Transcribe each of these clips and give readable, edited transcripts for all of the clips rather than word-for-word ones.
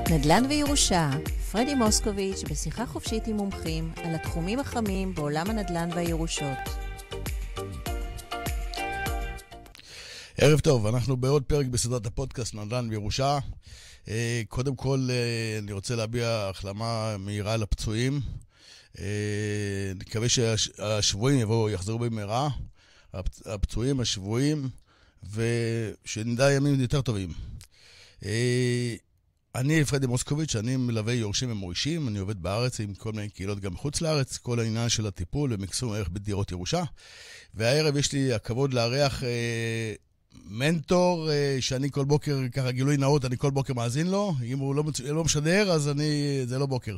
נדל"ן וירושה, פרדי מוסקוביץ' בשיחה חופשית עם מומחים על התחומים החמים בעולם הנדל"ן והירושות. ערב טוב, אנחנו בעוד פרק בסדרת הפודקאסט נדל"ן וירושה. קודם כל אני רוצה להביע החלמה מהירה לפצועים. נקווה שהשבועים יחזרו במהרה, הפצועים, השבועים, ושנדע ימים יותר טובים. אני פרדי מוסקוביץ', אני מלווה יורשים ומורישים, אני עובד בארץ עם כל מיני קהילות גם מחוץ לארץ, כל העניין של הטיפול ומקסום ערך בדירות ירושה. והערב יש לי הכבוד לארח מנטור, שאני כל בוקר, ככה גילוי נאות, אני כל בוקר מאזין לו, אם הוא לא משדר, אז זה לא בוקר.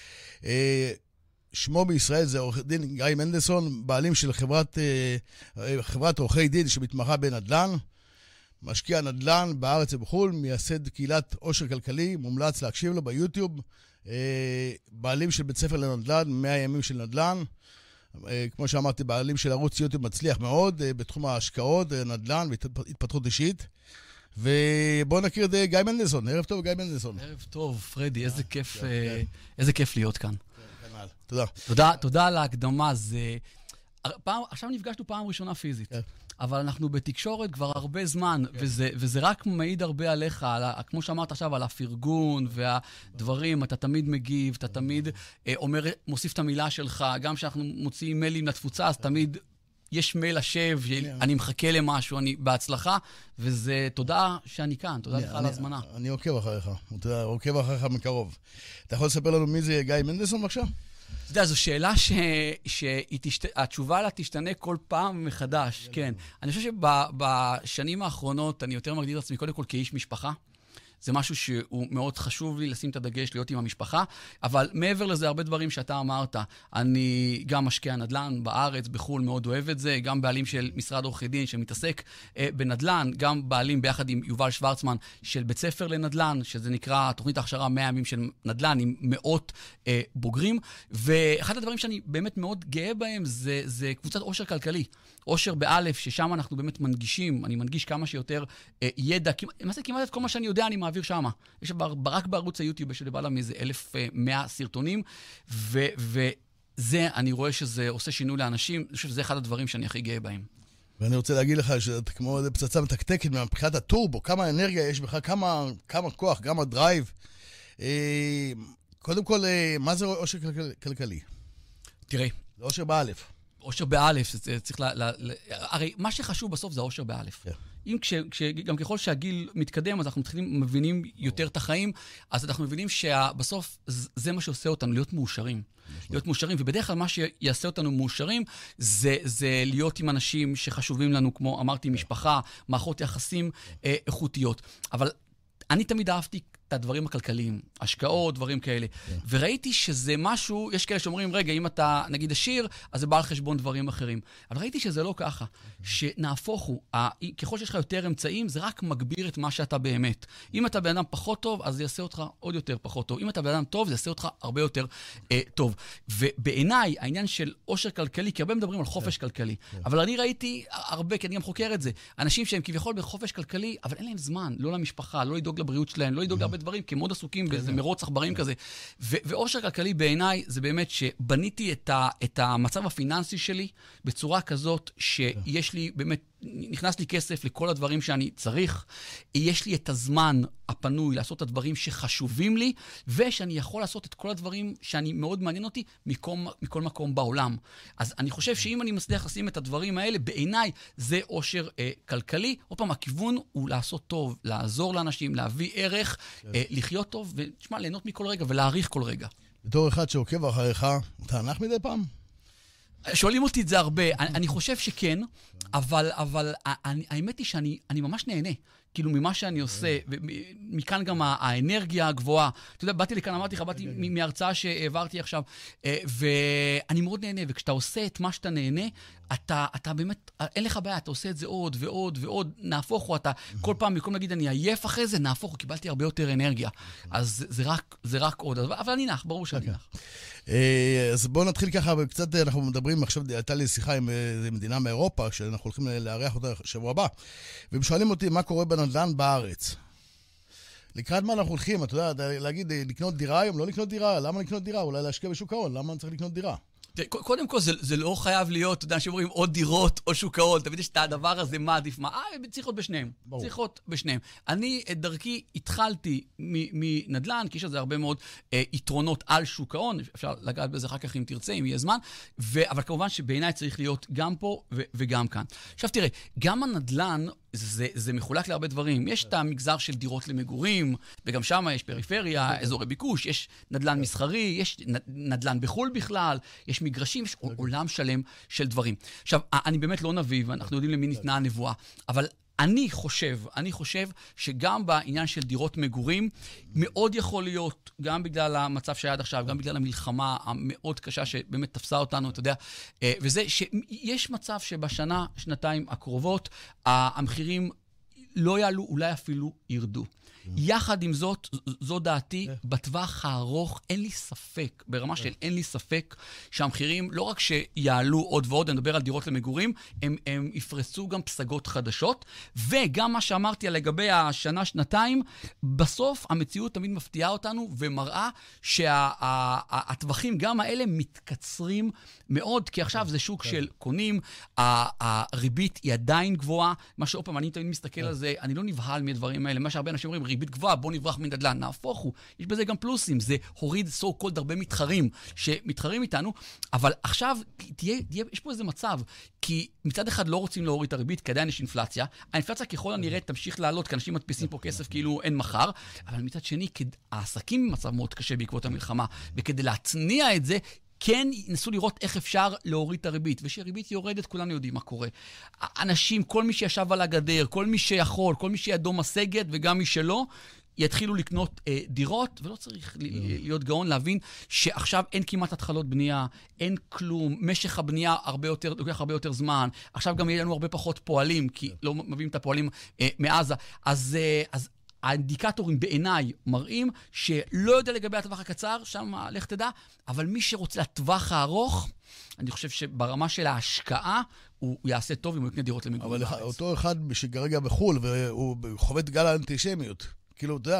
שמו בישראל זה עורך דין גיא מנדלסון, בעלים של חברת עורכי דין שמתמחה בנדל"ן, משקיע נדל"ן בארץ ובחול, מייסד קהילת עושר כלכלי, מומלץ להקשיב לו ביוטיוב, בעלים של בית ספר לנדל"ן, 100 ימים של נדל"ן, כמו שאמרתי, בעלים של ערוץ יוטיוב מצליח מאוד, בתחום ההשקעות, נדל"ן והתפתחות אישית. ובואו נכיר את גיא מנדלסון. ערב טוב, גיא מנדלסון. ערב טוב, פרדי, איזה כיף להיות כאן. תודה. תודה על ההקדמה. עכשיו נפגשנו פעם ראשונה פיזית. אבל אנחנו בתקשורת כבר הרבה זמן, וזה רק מעיד הרבה עליך, כמו שאמרת עכשיו, על הפרגון והדברים, אתה תמיד מגיב, אתה תמיד מוסיף את המילה שלך, גם כשאנחנו מוציאים מיילים לתפוצה, אז תמיד יש מייל השב, אני מחכה למשהו, אני בהצלחה, וזה תודה שאני כאן, תודה לך על הזמנה. אני עוקב אחריך, עוקב אחריך מקרוב. אתה יכול לספר לנו מי זה גיא מנדלסון עכשיו? אתה יודע, זו שאלה שהתשובה לה תשתנה כל פעם מחדש, כן. אני חושב שבשנים האחרונות אני יותר מגדיר את עצמי קודם כל כאיש משפחה. זה משהו שהוא מאוד חשוב לי לשים את הדגש, להיות עם המשפחה, אבל מעבר לזה הרבה דברים שאתה אמרת, אני גם משקיע נדל"ן בארץ, בחול, מאוד אוהב את זה, גם בעלים של משרד עורכי דין שמתעסק בנדל"ן, גם בעלים ביחד עם יובל שוורצמן של בית ספר לנדל"ן, שזה נקרא תוכנית ההכשרה 100 ימים של נדל"ן, עם מאות בוגרים, ואחד הדברים שאני באמת מאוד גאה בהם, זה קבוצת עושר כלכלי, עושר באלף, ששם אנחנו באמת מנגישים, אני מנגיש כמה שיותר ידע, כמעט את כל מה שאני יודע, אני מעביר שמה. יש רק בערוץ היוטיוב יש למעלה מאיזה 1,100 סרטונים, וזה, אני רואה שזה עושה שינוי לאנשים, אני חושב שזה אחד הדברים שאני הכי גאה בהם. ואני רוצה להגיד לך שאתה כמו פצצה מתקתקת מבחינת הטורבו, כמה אנרגיה יש בך, כמה כוח, כמה דרייב. קודם כל, מה זה עושר כלכלי? תראה. זה עושר באלף. עושר באלף, צריך הרי מה שחשוב בסוף זה העושר באלף. גם ככל שהגיל מתקדם, אז אנחנו מבינים יותר את החיים, אז אנחנו מבינים שבסוף זה מה שעושה אותנו, להיות מאושרים. להיות מאושרים, ובדרך כלל מה שיעשה אותנו מאושרים, זה להיות עם אנשים שחשובים לנו, כמו אמרתי, משפחה, מערכות יחסים איכותיות. אבל אני תמיד אהבתי את הדברים הכלכליים, השקעות, דברים כאלה. וראיתי שזה משהו, יש כאלה שאומרים, רגע, אם אתה נגיד עשיר, אז זה בא על חשבון דברים אחרים. אבל ראיתי שזה לא ככה, שנהפוך הוא, ככל שיש לך יותר אמצעים, זה רק מגביר את מה שאתה באמת. אם אתה בן אדם פחות טוב, אז זה יעשה אותך עוד יותר פחות טוב. אם אתה בן אדם טוב, זה יעשה אותך הרבה יותר טוב. ובעיניי, העניין של עושר כלכלי, כי הרבה מדברים על חופש כלכלי, אבל אני ראיתי הרבה, כי אני גם חוקר את זה, אנשים שהם כביכול בחופש כלכלי, אבל אין להם זמן, לא למשפחה, לא לדאוג לבריאות שלהם, לא לדאוג להרבה דברים, כי הם מאוד עסוקים באיזה מרוץ עכברים כזה. ועושר כלכלי בעיניי זה באמת שבניתי את המצב הפיננסי שלי בצורה כזאת שיש לי באמת, נכנס לי כסף לכל הדברים שאני צריך, יש לי את הזמן הפנוי לעשות את הדברים שחשובים לי, ושאני יכול לעשות את כל הדברים שאני מאוד מעניין אותי מכל מקום בעולם. אז אני חושב שאם אני מצליח לשים את הדברים האלה, בעיניי זה עושר כלכלי. עוד פעם, הכיוון הוא לעשות טוב, לעזור לאנשים, להביא ערך, לחיות טוב, ותשמע, ליהנות מכל רגע ולהעריך כל רגע. בתור אחד שעוקב אחריך, אתה ענך מדי פעם? שואלים אותי את זה הרבה, אני חושב שכן, אבל האמת היא שאני ממש נהנה, כאילו ממה שאני עושה, ומכאן גם האנרגיה הגבוהה. אתה יודע, באתי לכאן, אמרתי לך, באתי מהרצאה שהעברתי עכשיו, ואני מאוד נהנה, וכשאתה עושה את מה שאתה נהנה, אתה באמת, אין לך בעיה, אתה עושה את זה עוד ועוד ועוד, נהפוך הוא, אתה כל פעם, במקום להגיד, אני עייף אחרי זה, נהפוך הוא, קיבלתי הרבה יותר אנרגיה. אז זה רק עוד, אבל אני נח, ברור שאני נח. אז בואו נתחיל ככה, וקצת אנחנו מדברים, עכשיו הייתה לי שיחה עם מדינה מאירופה, שאנחנו הולכים לארח אותה שבוע הבא, והם שואלים אותי מה קורה בנדל"ן בארץ. לקראת מה אנחנו הולכים? אתה יודע, להגיד, לקנות דירה היום, לא לקנות דירה, למה לקנות דירה? אולי להשקיע בשוק ההון, למה אני צריך לקנות דירה? קודם כל, זה לא חייב להיות, אתה יודע, שאומרים או דירות או שוק ההון, תמיד יש את הדבר הזה, מה עדיף מה? צריך להיות בשניהם. צריך להיות בשניהם. אני, את דרכי, התחלתי מנדל"ן, כי יש לזה הרבה מאוד יתרונות על שוק ההון, אפשר לגעת בזה אחר כך אם תרצה, אם יהיה זמן, אבל כמובן שבעיניי צריך להיות גם פה וגם כאן. עכשיו תראה, גם הנדל"ן, זה מחולק להרבה דברים. יש את המגזר של דירות למגורים, וגם שם יש פריפריה, אזורי ביקוש, יש נדל"ן מסחרי, יש נדל"ן בחול בכלל, יש מגרשים, יש עולם שלם של דברים. עכשיו, אני באמת לא נביא, ואנחנו יודעים למי ניתנה הנבואה, אבל אני חושב שגם בעניין של דירות מגורים, מאוד יכול להיות, גם בגלל המצב שהיה עד עכשיו, גם בגלל המלחמה המאוד קשה שבאמת תפסה אותנו, אתה יודע, וזה שיש מצב שבשנה, שנתיים הקרובות, המחירים לא יעלו, אולי אפילו ירדו. יחד עם זאת, זו דעתי, בטווח הארוך, אין לי ספק, ברמה של אין לי ספק, שהמחירים לא רק שיעלו עוד ועוד, אני מדבר על דירות למגורים, הם יפרסו גם פסגות חדשות, וגם מה שאמרתי לגבי השנה, שנתיים, בסוף המציאות תמיד מפתיעה אותנו, ומראה שהטווחים גם האלה מתקצרים מאוד, כי עכשיו זה שוק של קונים, הריבית היא עדיין גבוהה, מה שעוד פעם, אני תמיד מסתכל על זה, אני לא נבהל מהדברים האלה, מה שהרבה אנשים אומרים, ריבית גבוהה, בוא נברח מנדל"ן, נהפוך הוא, יש בזה גם פלוסים, זה הוריד so called הרבה מתחרים שמתחרים איתנו, אבל עכשיו יש פה איזה מצב, כי מצד אחד לא רוצים להוריד את הריבית, כי עדיין יש אינפלציה, האינפלציה ככל הנראה תמשיך לעלות, כי אנשים מדפיסים פה כסף כאילו אין מחר, אבל מצד שני, העסקים במצב מאוד קשה בעקבות המלחמה, וכדי להצניע את זה, כן נסו לראות איך אפשר להוריד את הריבית, ושריבית יורדת, כולנו יודעים מה קורה. אנשים, כל מי שישב על הגדר, כל מי שיכול, כל מי שידו משגת, וגם מי שלא, יתחילו לקנות דירות, ולא צריך להיות גאון להבין שעכשיו אין כמעט התחלות בנייה, אין כלום, משך הבנייה לוקח הרבה יותר זמן, עכשיו גם יהיה לנו הרבה פחות פועלים, כי לא מביאים את הפועלים מעזה, אז האינדיקטורים בעיניי מראים שלא יודע לגבי הטווח הקצר, שם לך תדע, אבל מי שרוצה לטווח הארוך, אני חושב שברמה של ההשקעה, הוא יעשה טוב אם הוא יקנה דירות למגורים בארץ. אבל אותו אחד שכרגע בחול, והוא חווה את גל האנטישמיות, כאילו, אתה יודע,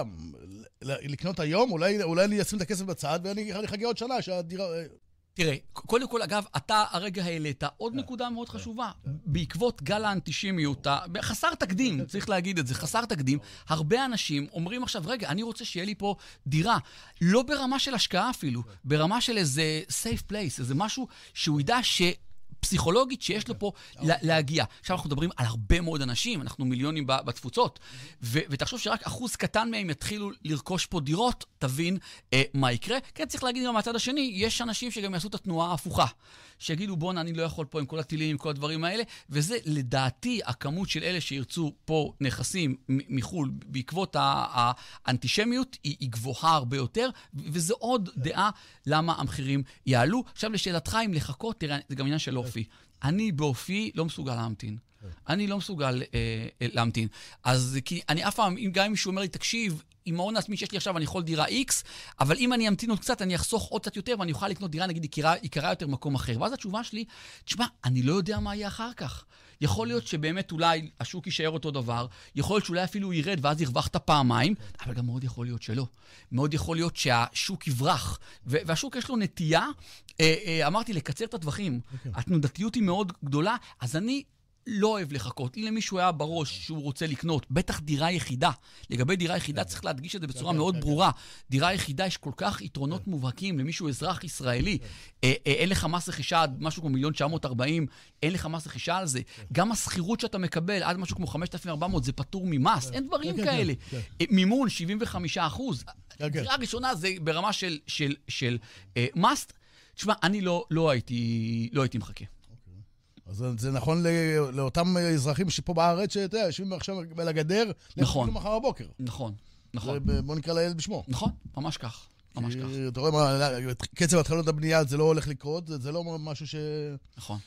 לקנות היום, אולי אני אשים את הכסף בצד, ואני אחכה עוד שנה שהדירה... תראה, קודם כל, אגב, אתה הרגע העלית עוד נקודה מאוד חשובה. בעקבות גל האנטישמיות, חסר תקדים, צריך להגיד את זה, חסר תקדים, הרבה אנשים אומרים עכשיו, רגע, אני רוצה שיהיה לי פה דירה, לא ברמה של השקעה אפילו, ברמה של איזה safe place, איזה משהו שהוא ידע פסיכולוגית שיש לו פה להגיע. עכשיו אנחנו מדברים על הרבה מאוד אנשים, אנחנו מיליונים בתפוצות, ותחשוב שרק אחוז קטן מהם יתחילו לרכוש פה דירות, תבין מה יקרה. כן, צריך להגיד גם מהצד השני, יש אנשים שגם יעשו את התנועה ההפוכה, שיגידו בוא, אני לא יכול פה עם כל הטילים, עם כל הדברים האלה, וזה לדעתי הכמות של אלה שירצו פה נכסים מחול בעקבות האנטישמיות היא גבוהה הרבה יותר, וזה עוד דעה למה המחירים יעלו. עכשיו לשאלתך אם לחכות, תראה, זה גם עניין של אופי. אני באופי לא מסוגל להמתין. אני לא מסוגל להמתין. אז כי אני אף פעם, גם אם מישהו אומר לי, תקשיב, עם ההון העצמי שיש לי עכשיו אני יכול דירה X, אבל אם אני אמתין עוד קצת, אני אחסוך עוד קצת יותר, ואני אוכל לקנות דירה, נגיד, יקרה יותר מקום אחר. ואז התשובה שלי, תשמע, אני לא יודע מה יהיה אחר כך. יכול להיות שבאמת אולי השוק יישאר אותו דבר, יכול להיות שאולי אפילו הוא ירד, ואז ירווחת פעמיים, אבל גם מאוד יכול להיות שלא. מאוד יכול להיות שהשוק יברח, והשוק יש לו נטייה, אמרתי, לקצר את הטווחים. התנודתיות היא מאוד גדולה, אז אני לא אוהב לחכות. אם למישהו היה בראש שהוא רוצה לקנות, בטח דירה יחידה. לגבי דירה יחידה צריך להדגיש את זה בצורה מאוד ברורה. דירה יחידה יש כל כך יתרונות מובהקים למישהו אזרח ישראלי. אין לך מס רכישה עד משהו כמו 1,940,000, אין לך מס רכישה על זה. גם הסחירות שאתה מקבל עד משהו כמו 5,400 זה פטור ממס. אין דברים כאלה. מימון 75%. דירה ראשונה זה ברמה של מס. תשמע, אני לא הייתי מחכה. אז זה נכון לאותם אזרחים שפה בארץ, שאתה יודע, יושבים עכשיו על הגדר, נכון. מחר בבוקר. נכון. בוא נקרא לילד בשמו. נכון, ממש כך. ממש כך. אתה רואה מה, קצב התחלות הבנייה זה לא הולך לקרות, זה לא משהו ש... נכון.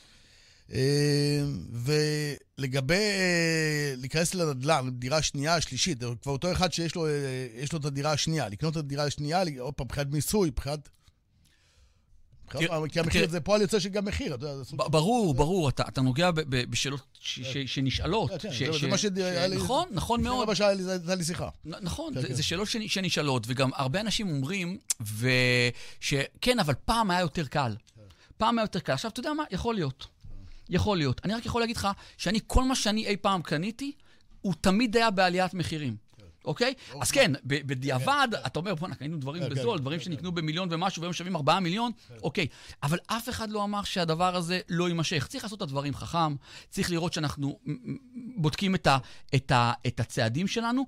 ולגבי להיכנס לנדל"ן, דירה שנייה, שלישית, כבר אותו אחד שיש לו את הדירה השנייה, לקנות את הדירה השנייה, עוד פעם, מבחינת מיסוי, מבחינת כי המחיר זה פועל יוצא שגם מחיר. ברור, אתה נוגע בשאלות שנשאלות. זה מה שהיה לי... נכון מאוד. זה מה שהיה לי שיחה. נכון, זה שאלות שנשאלות, וגם הרבה אנשים אומרים, שכן, אבל פעם היה יותר קל. עכשיו, אתה יודע מה? יכול להיות. אני רק יכול להגיד לך כל מה שאני אי פעם קניתי, הוא תמיד היה בעליית מחירים. אוקיי? אז כן, בדיעבד, אתה אומר, בוא'נה, קנינו דברים בזול, דברים שנקנו במיליון ומשהו, והיום שווים 4 מיליון, אוקיי. אבל אף אחד לא אמר שהדבר הזה לא יימשך. צריך לעשות את הדברים חכם, צריך לראות שאנחנו בודקים את הצעדים שלנו,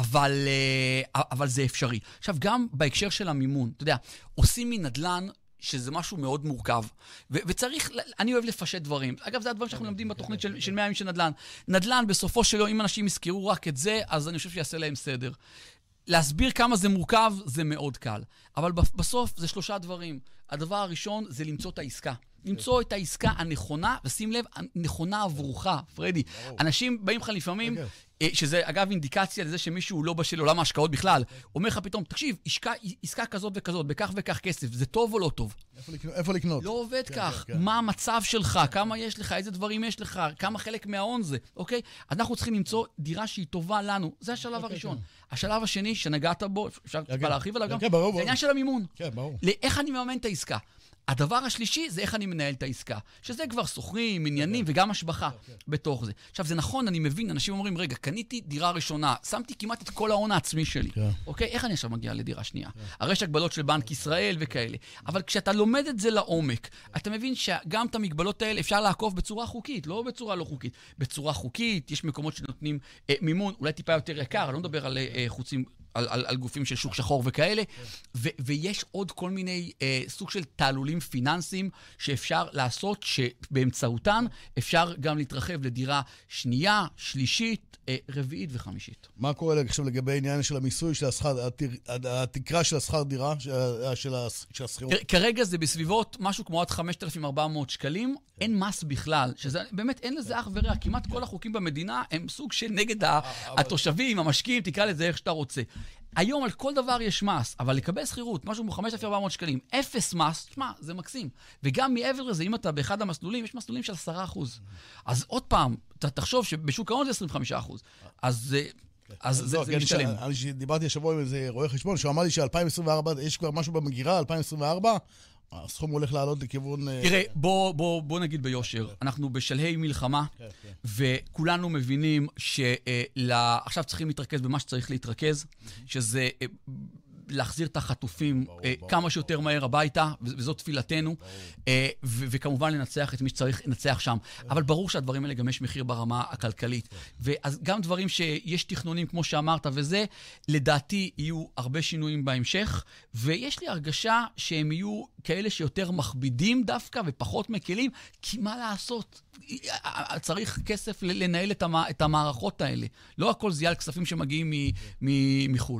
אבל זה אפשרי. עכשיו, גם בהקשר של המימון, אתה יודע, עושים מנדלן, שזה משהו מאוד מורכב, וצריך, אני אוהב לפשט דברים. אגב, זה הדברים שאנחנו לומדים בתוכנית של 100 ימים של נדל"ן. נדל"ן, בסופו של יום, אם אנשים יזכרו רק את זה, אז אני חושב שיעשה להם סדר. להסביר כמה זה מורכב, זה מאוד קל. אבל בסוף זה 3 דברים. הדבר הראשון זה למצוא את העסקה. למצוא את העסקה הנכונה, ושים לב, הנכונה עבורך, פרדי. אנשים באים לך לפעמים, שזה אגב אינדיקציה לזה שמישהו לא בשל עולם ההשקעות בכלל. אומר לך פתאום, תקשיב, עסקה כזאת וכזאת, בכך וכך כסף, זה טוב או לא טוב? איפה לקנות? לא עובד כך. מה המצב שלך? כמה יש לך? איזה דברים יש לך? כמה חלק מההון זה? אוקיי? אנחנו צריכים למצוא דירה שהיא טובה לנו. זה השלב הראשון. השלב השני שנגעת בו, אפשר טיפה להרחיב עליו גם, זה העניין של המימון. איך אני מממן את העסקה? הדבר השלישי זה איך אני מנהל את העסקה, שזה כבר סוחרים, עניינים וגם השבחה בתוך זה. עכשיו, זה נכון, אני מבין, אנשים אומרים, רגע, קניתי דירה ראשונה, שמתי כמעט את כל ההון העצמי שלי. אוקיי, איך אני עכשיו מגיע לדירה שנייה? הרי יש הגבלות של בנק ישראל וכאלה. אבל כשאתה לומד את זה לעומק, אתה מבין שגם את המגבלות האלה אפשר לעקוף בצורה חוקית, לא בצורה לא חוקית. בצורה חוקית, יש מקומות שנותנים מימון, אולי טיפה יותר יקר, אני לא מדבר על חוצים, על גופים של שוק שחור וכאלה, ויש עוד כל מיני סוג של תעלולים פיננסיים שאפשר לעשות, שבאמצעותן אפשר גם להתרחב לדירה שנייה, שלישית, רביעית וחמישית. מה קורה עכשיו לגבי העניין של המיסוי, של התקרה של השכר דירה, של השכירות? כרגע זה בסביבות משהו כמו עד 5,400 שקלים, אין מס בכלל, שזה באמת אין לזה אח ורע, כמעט כל החוקים במדינה הם סוג של נגד התושבים, המשקיעים, תקרא לזה איך שאתה רוצה. היום על כל דבר יש מס, אבל לקבל שכירות, משהו כמו 5,400 שקלים, 0 מס, תשמע, זה מקסים. וגם מעבר לזה, אם אתה באחד המסלולים, יש מסלולים של 10%. אז עוד פעם, תחשוב שבשוק ההון זה 25%. אז זה משתלם. אני דיברתי השבוע עם איזה רואה חשבון, שהוא אמר לי ש-2024, יש כבר משהו במגירה, 2024, הסכום הולך לעלות לכיוון... תראה, בוא נגיד ביושר, אנחנו בשלהי מלחמה, וכולנו מבינים שעכשיו צריכים להתרכז במה שצריך להתרכז, שזה להחזיר את החטופים כמה שיותר מהר הביתה, וזו תפילתנו, וכמובן לנצח את מי שצריך לנצח שם. אבל ברור שהדברים האלה גם יש מחיר ברמה הכלכלית. ואז גם דברים שיש תכנונים, כמו שאמרת, וזה, לדעתי יהיו הרבה שינויים בהמשך, ויש לי הרגשה שהם יהיו כאלה שיותר מכבידים דווקא ופחות מקלים, כי מה לעשות? צריך כסף לנהל את המערכות האלה. לא הכל זה על כספים שמגיעים מחול.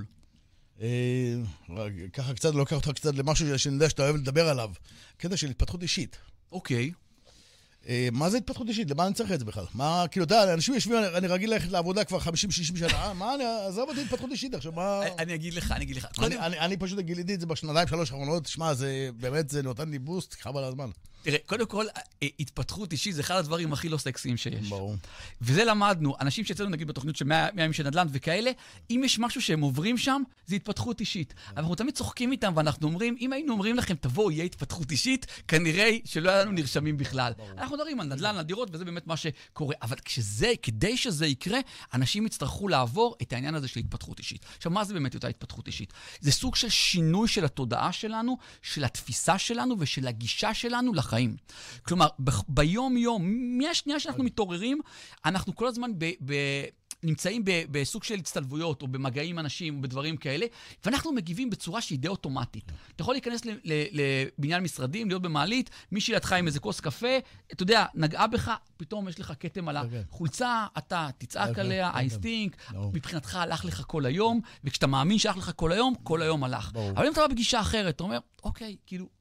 ככה קצת, לוקח אותך קצת למשהו שאני יודע שאתה אוהב לדבר עליו. קטע של התפתחות אישית. אוקיי. מה זה התפתחות אישית? למה אני צריך את זה בכלל? מה, כאילו, אתה יודע, אנשים יושבים, אני רגיל ללכת לעבודה כבר 50-60 שנה, מה, עזוב אותי התפתחות אישית עכשיו, מה... אני אגיד לך. אני פשוט גיליתי את זה בשנתיים, 3 האחרונות, תשמע, זה באמת, זה נותן לי בוסט, חבל על הזמן. תראה, קודם כל, התפתחות אישית זה אחד הדברים הכי לא סקסיים שיש. ברור. וזה למדנו, אנשים שיצאנו נגיד בתוכנית של 100 ימים של נדל"ן וכאלה, אם יש משהו שהם עוברים שם, זה התפתחות אישית. אבל אנחנו תמיד צוחקים איתם ואנחנו אומרים, אם היינו אומרים לכם, תבואו, יהיה התפתחות אישית, כנראה שלא היה לנו נרשמים בכלל. אנחנו מדברים על נדל"ן, על דירות, וזה באמת מה שקורה. אבל כדי שזה יקרה, אנשים יצטרכו לעבור את העניין הזה של התפתחות אישית. עכשיו, מה זה באמת אותה התפתחות אישית? זה סוג של שינוי של התודעה שלנו, של התפיסה שלנו ושל הגישה שלנו לחיים. כלומר, ביום-יום, מהשנייה שאנחנו מתעוררים, אנחנו כל הזמן נמצאים בסוג של הצטלבויות, או במגעים עם אנשים, או בדברים כאלה, ואנחנו מגיבים בצורה שהיא די אוטומטית. אתה יכול להיכנס לבניין משרדים, להיות במעלית, מישהי לידך עם איזה כוס קפה, אתה יודע, נגעה בך, פתאום יש לך כתם על החולצה, אתה תצעק עליה, האינסטינקט, מבחינתך הלך לך כל היום, וכשאתה מאמין שהלך לך כל היום הלך. אבל אם אתה בא בגישה אחרת, אתה אומר, אוקיי, כאילו,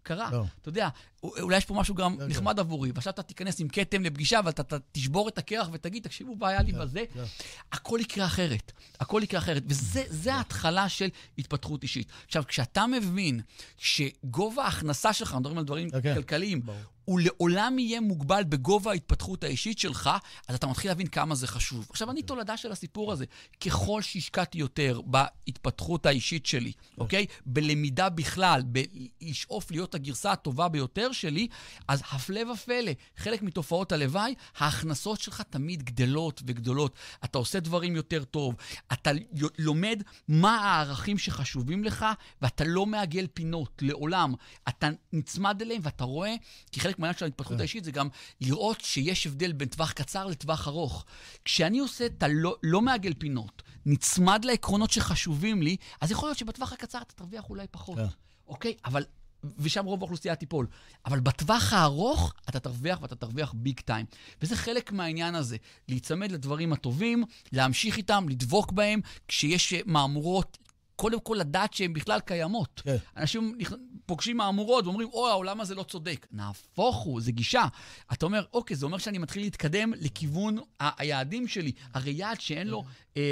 קרה. אתה יודע, אולי יש פה משהו גם נחמד עבורי, ועכשיו אתה תיכנס עם כתם לפגישה, ואתה תשבור את הקרח ותגיד, תקשיבו, בעיה לי בזה. הכל יקרה אחרת. הכל יקרה אחרת. וזה ההתחלה של התפתחות אישית. עכשיו, כשאתה מבין שגובה ההכנסה שלך, מדברים על דברים כלכליים, הוא לעולם יהיה מוגבל בגובה ההתפתחות האישית שלך, אז אתה מתחיל להבין כמה זה חשוב. עכשיו, אני תולדה של הסיפור הזה. ככל שהשקעתי יותר בהתפתחות האישית שלי, אוקיי? בלמידה בכלל, בלשאוף להיות הגרסה הטובה ביותר שלי, אז הפלא ופלא, חלק מתופעות הלוואי, ההכנסות שלך תמיד גדלות וגדולות. אתה עושה דברים יותר טוב, אתה לומד מה הערכים שחשובים לך, ואתה לא מעגל פינות לעולם. אתה נצמד אליהם ואתה רואה, כי חלק מהעניין של ההתפתחות האישית זה גם לראות שיש הבדל בין טווח קצר לטווח ארוך. כשאני עושה את לא מעגל פינות, נצמד לעקרונות שחשובים לי, אז יכול להיות שבטווח הקצר אתה תרוויח אולי פחות. אוקיי? אבל, ושם רוב האוכלוסייה תיפול. אבל בטווח הארוך אתה תרוויח ואתה תרוויח ביג טיים. וזה חלק מהעניין הזה. להיצמד לדברים הטובים, להמשיך איתם, לדבוק בהם, כשיש מאמורות, קודם כל לדעת שהן בכלל קיימות. אנשים פוגשים מאמורות ואומרים, העולם הזה לא צודק. נהפוך הוא, זה גישה. אתה אומר, אוקיי, זה אומר שאני מתחיל להתקדם לכיוון היעדים שלי. הרי יעד שאין לו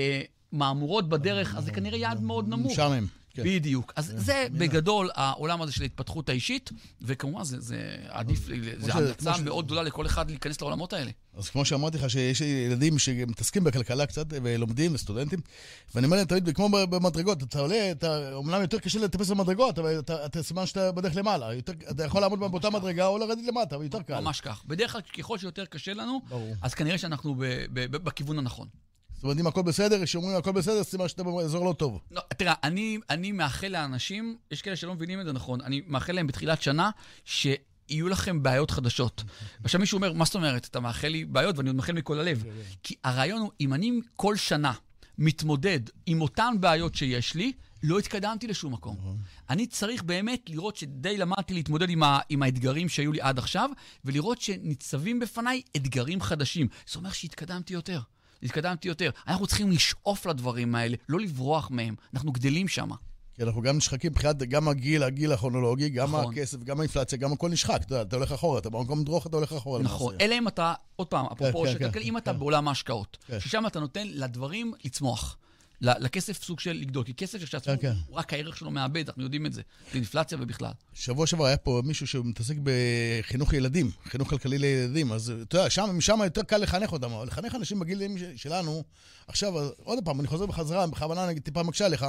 מאמורות בדרך, אז זה כנראה יעד מאוד נמוך. משעמם. בדיוק. אז זה בגדול העולם הזה של ההתפתחות האישית, וכמובן זה עדיף, זה המלצה מאוד גדולה לכל אחד להיכנס לעולמות האלה. אז כמו שאמרתי לך, שיש ילדים שמתעסקים בכלכלה קצת, ולומדים, וסטודנטים, ואני אומר להם תמיד, כמו במדרגות, אתה עולה, אומנם יותר קשה לטפס במדרגות, אבל אתה סימן שאתה בדרך למעלה. אתה יכול לעמוד באותה מדרגה או לרדת למטה, אבל יותר קל. ממש כך. בדרך כלל, ככל שיותר קשה לנו, אז כנראה שאנחנו בכיוון הנכון. זאת אומרת, אם הכל בסדר, שאומרים הכל בסדר, סימן שאתה באזור לא טוב. לא, תראה, אני מאחל לאנשים, יש כאלה שלא מבינים את זה נכון, אני מאחל להם בתחילת שנה, שיהיו לכם בעיות חדשות. עכשיו מישהו אומר, מה זאת אומרת? אתה מאחל לי בעיות, ואני עוד מאחל מכל הלב. כי הרעיון הוא, אם אני כל שנה מתמודד עם אותן בעיות שיש לי, לא התקדמתי לשום מקום. אני צריך באמת לראות שדי למדתי להתמודד עם האתגרים שהיו לי עד עכשיו, ולראות שניצבים בפניי אתגרים חדשים. זאת אומרת שהתקדמתי יותר. התקדמתי יותר. אנחנו צריכים לשאוף לדברים האלה, לא לברוח מהם. אנחנו גדלים שם. כי אנחנו גם נשחקים מבחינת גם הגיל הכרונולוגי, גם הכסף, גם האינפלציה, גם הכל נשחק. אתה הולך אחורה, אתה במקום דרוך, אתה הולך אחורה. נכון. אלא אם אתה, עוד פעם, אפרופו שכלכלי, אם אתה בעולם ההשקעות, ששם אתה נותן לדברים לצמוח. לכסף סוג של לגדול, כי כסף שכשעצמו, רק הערך שלו מאבד, אנחנו יודעים את זה. זה אינפלציה ובכלל. שבוע שעבר היה פה מישהו שמתעסק בחינוך ילדים, חינוך כלכלי לילדים, אז אתה יודע, משם יותר קל לחנך אותם, אבל לחנך אנשים בגילים שלנו, עכשיו, עוד פעם, אני חוזר בחזרה, בכוונה נגיד טיפה מקשה לך,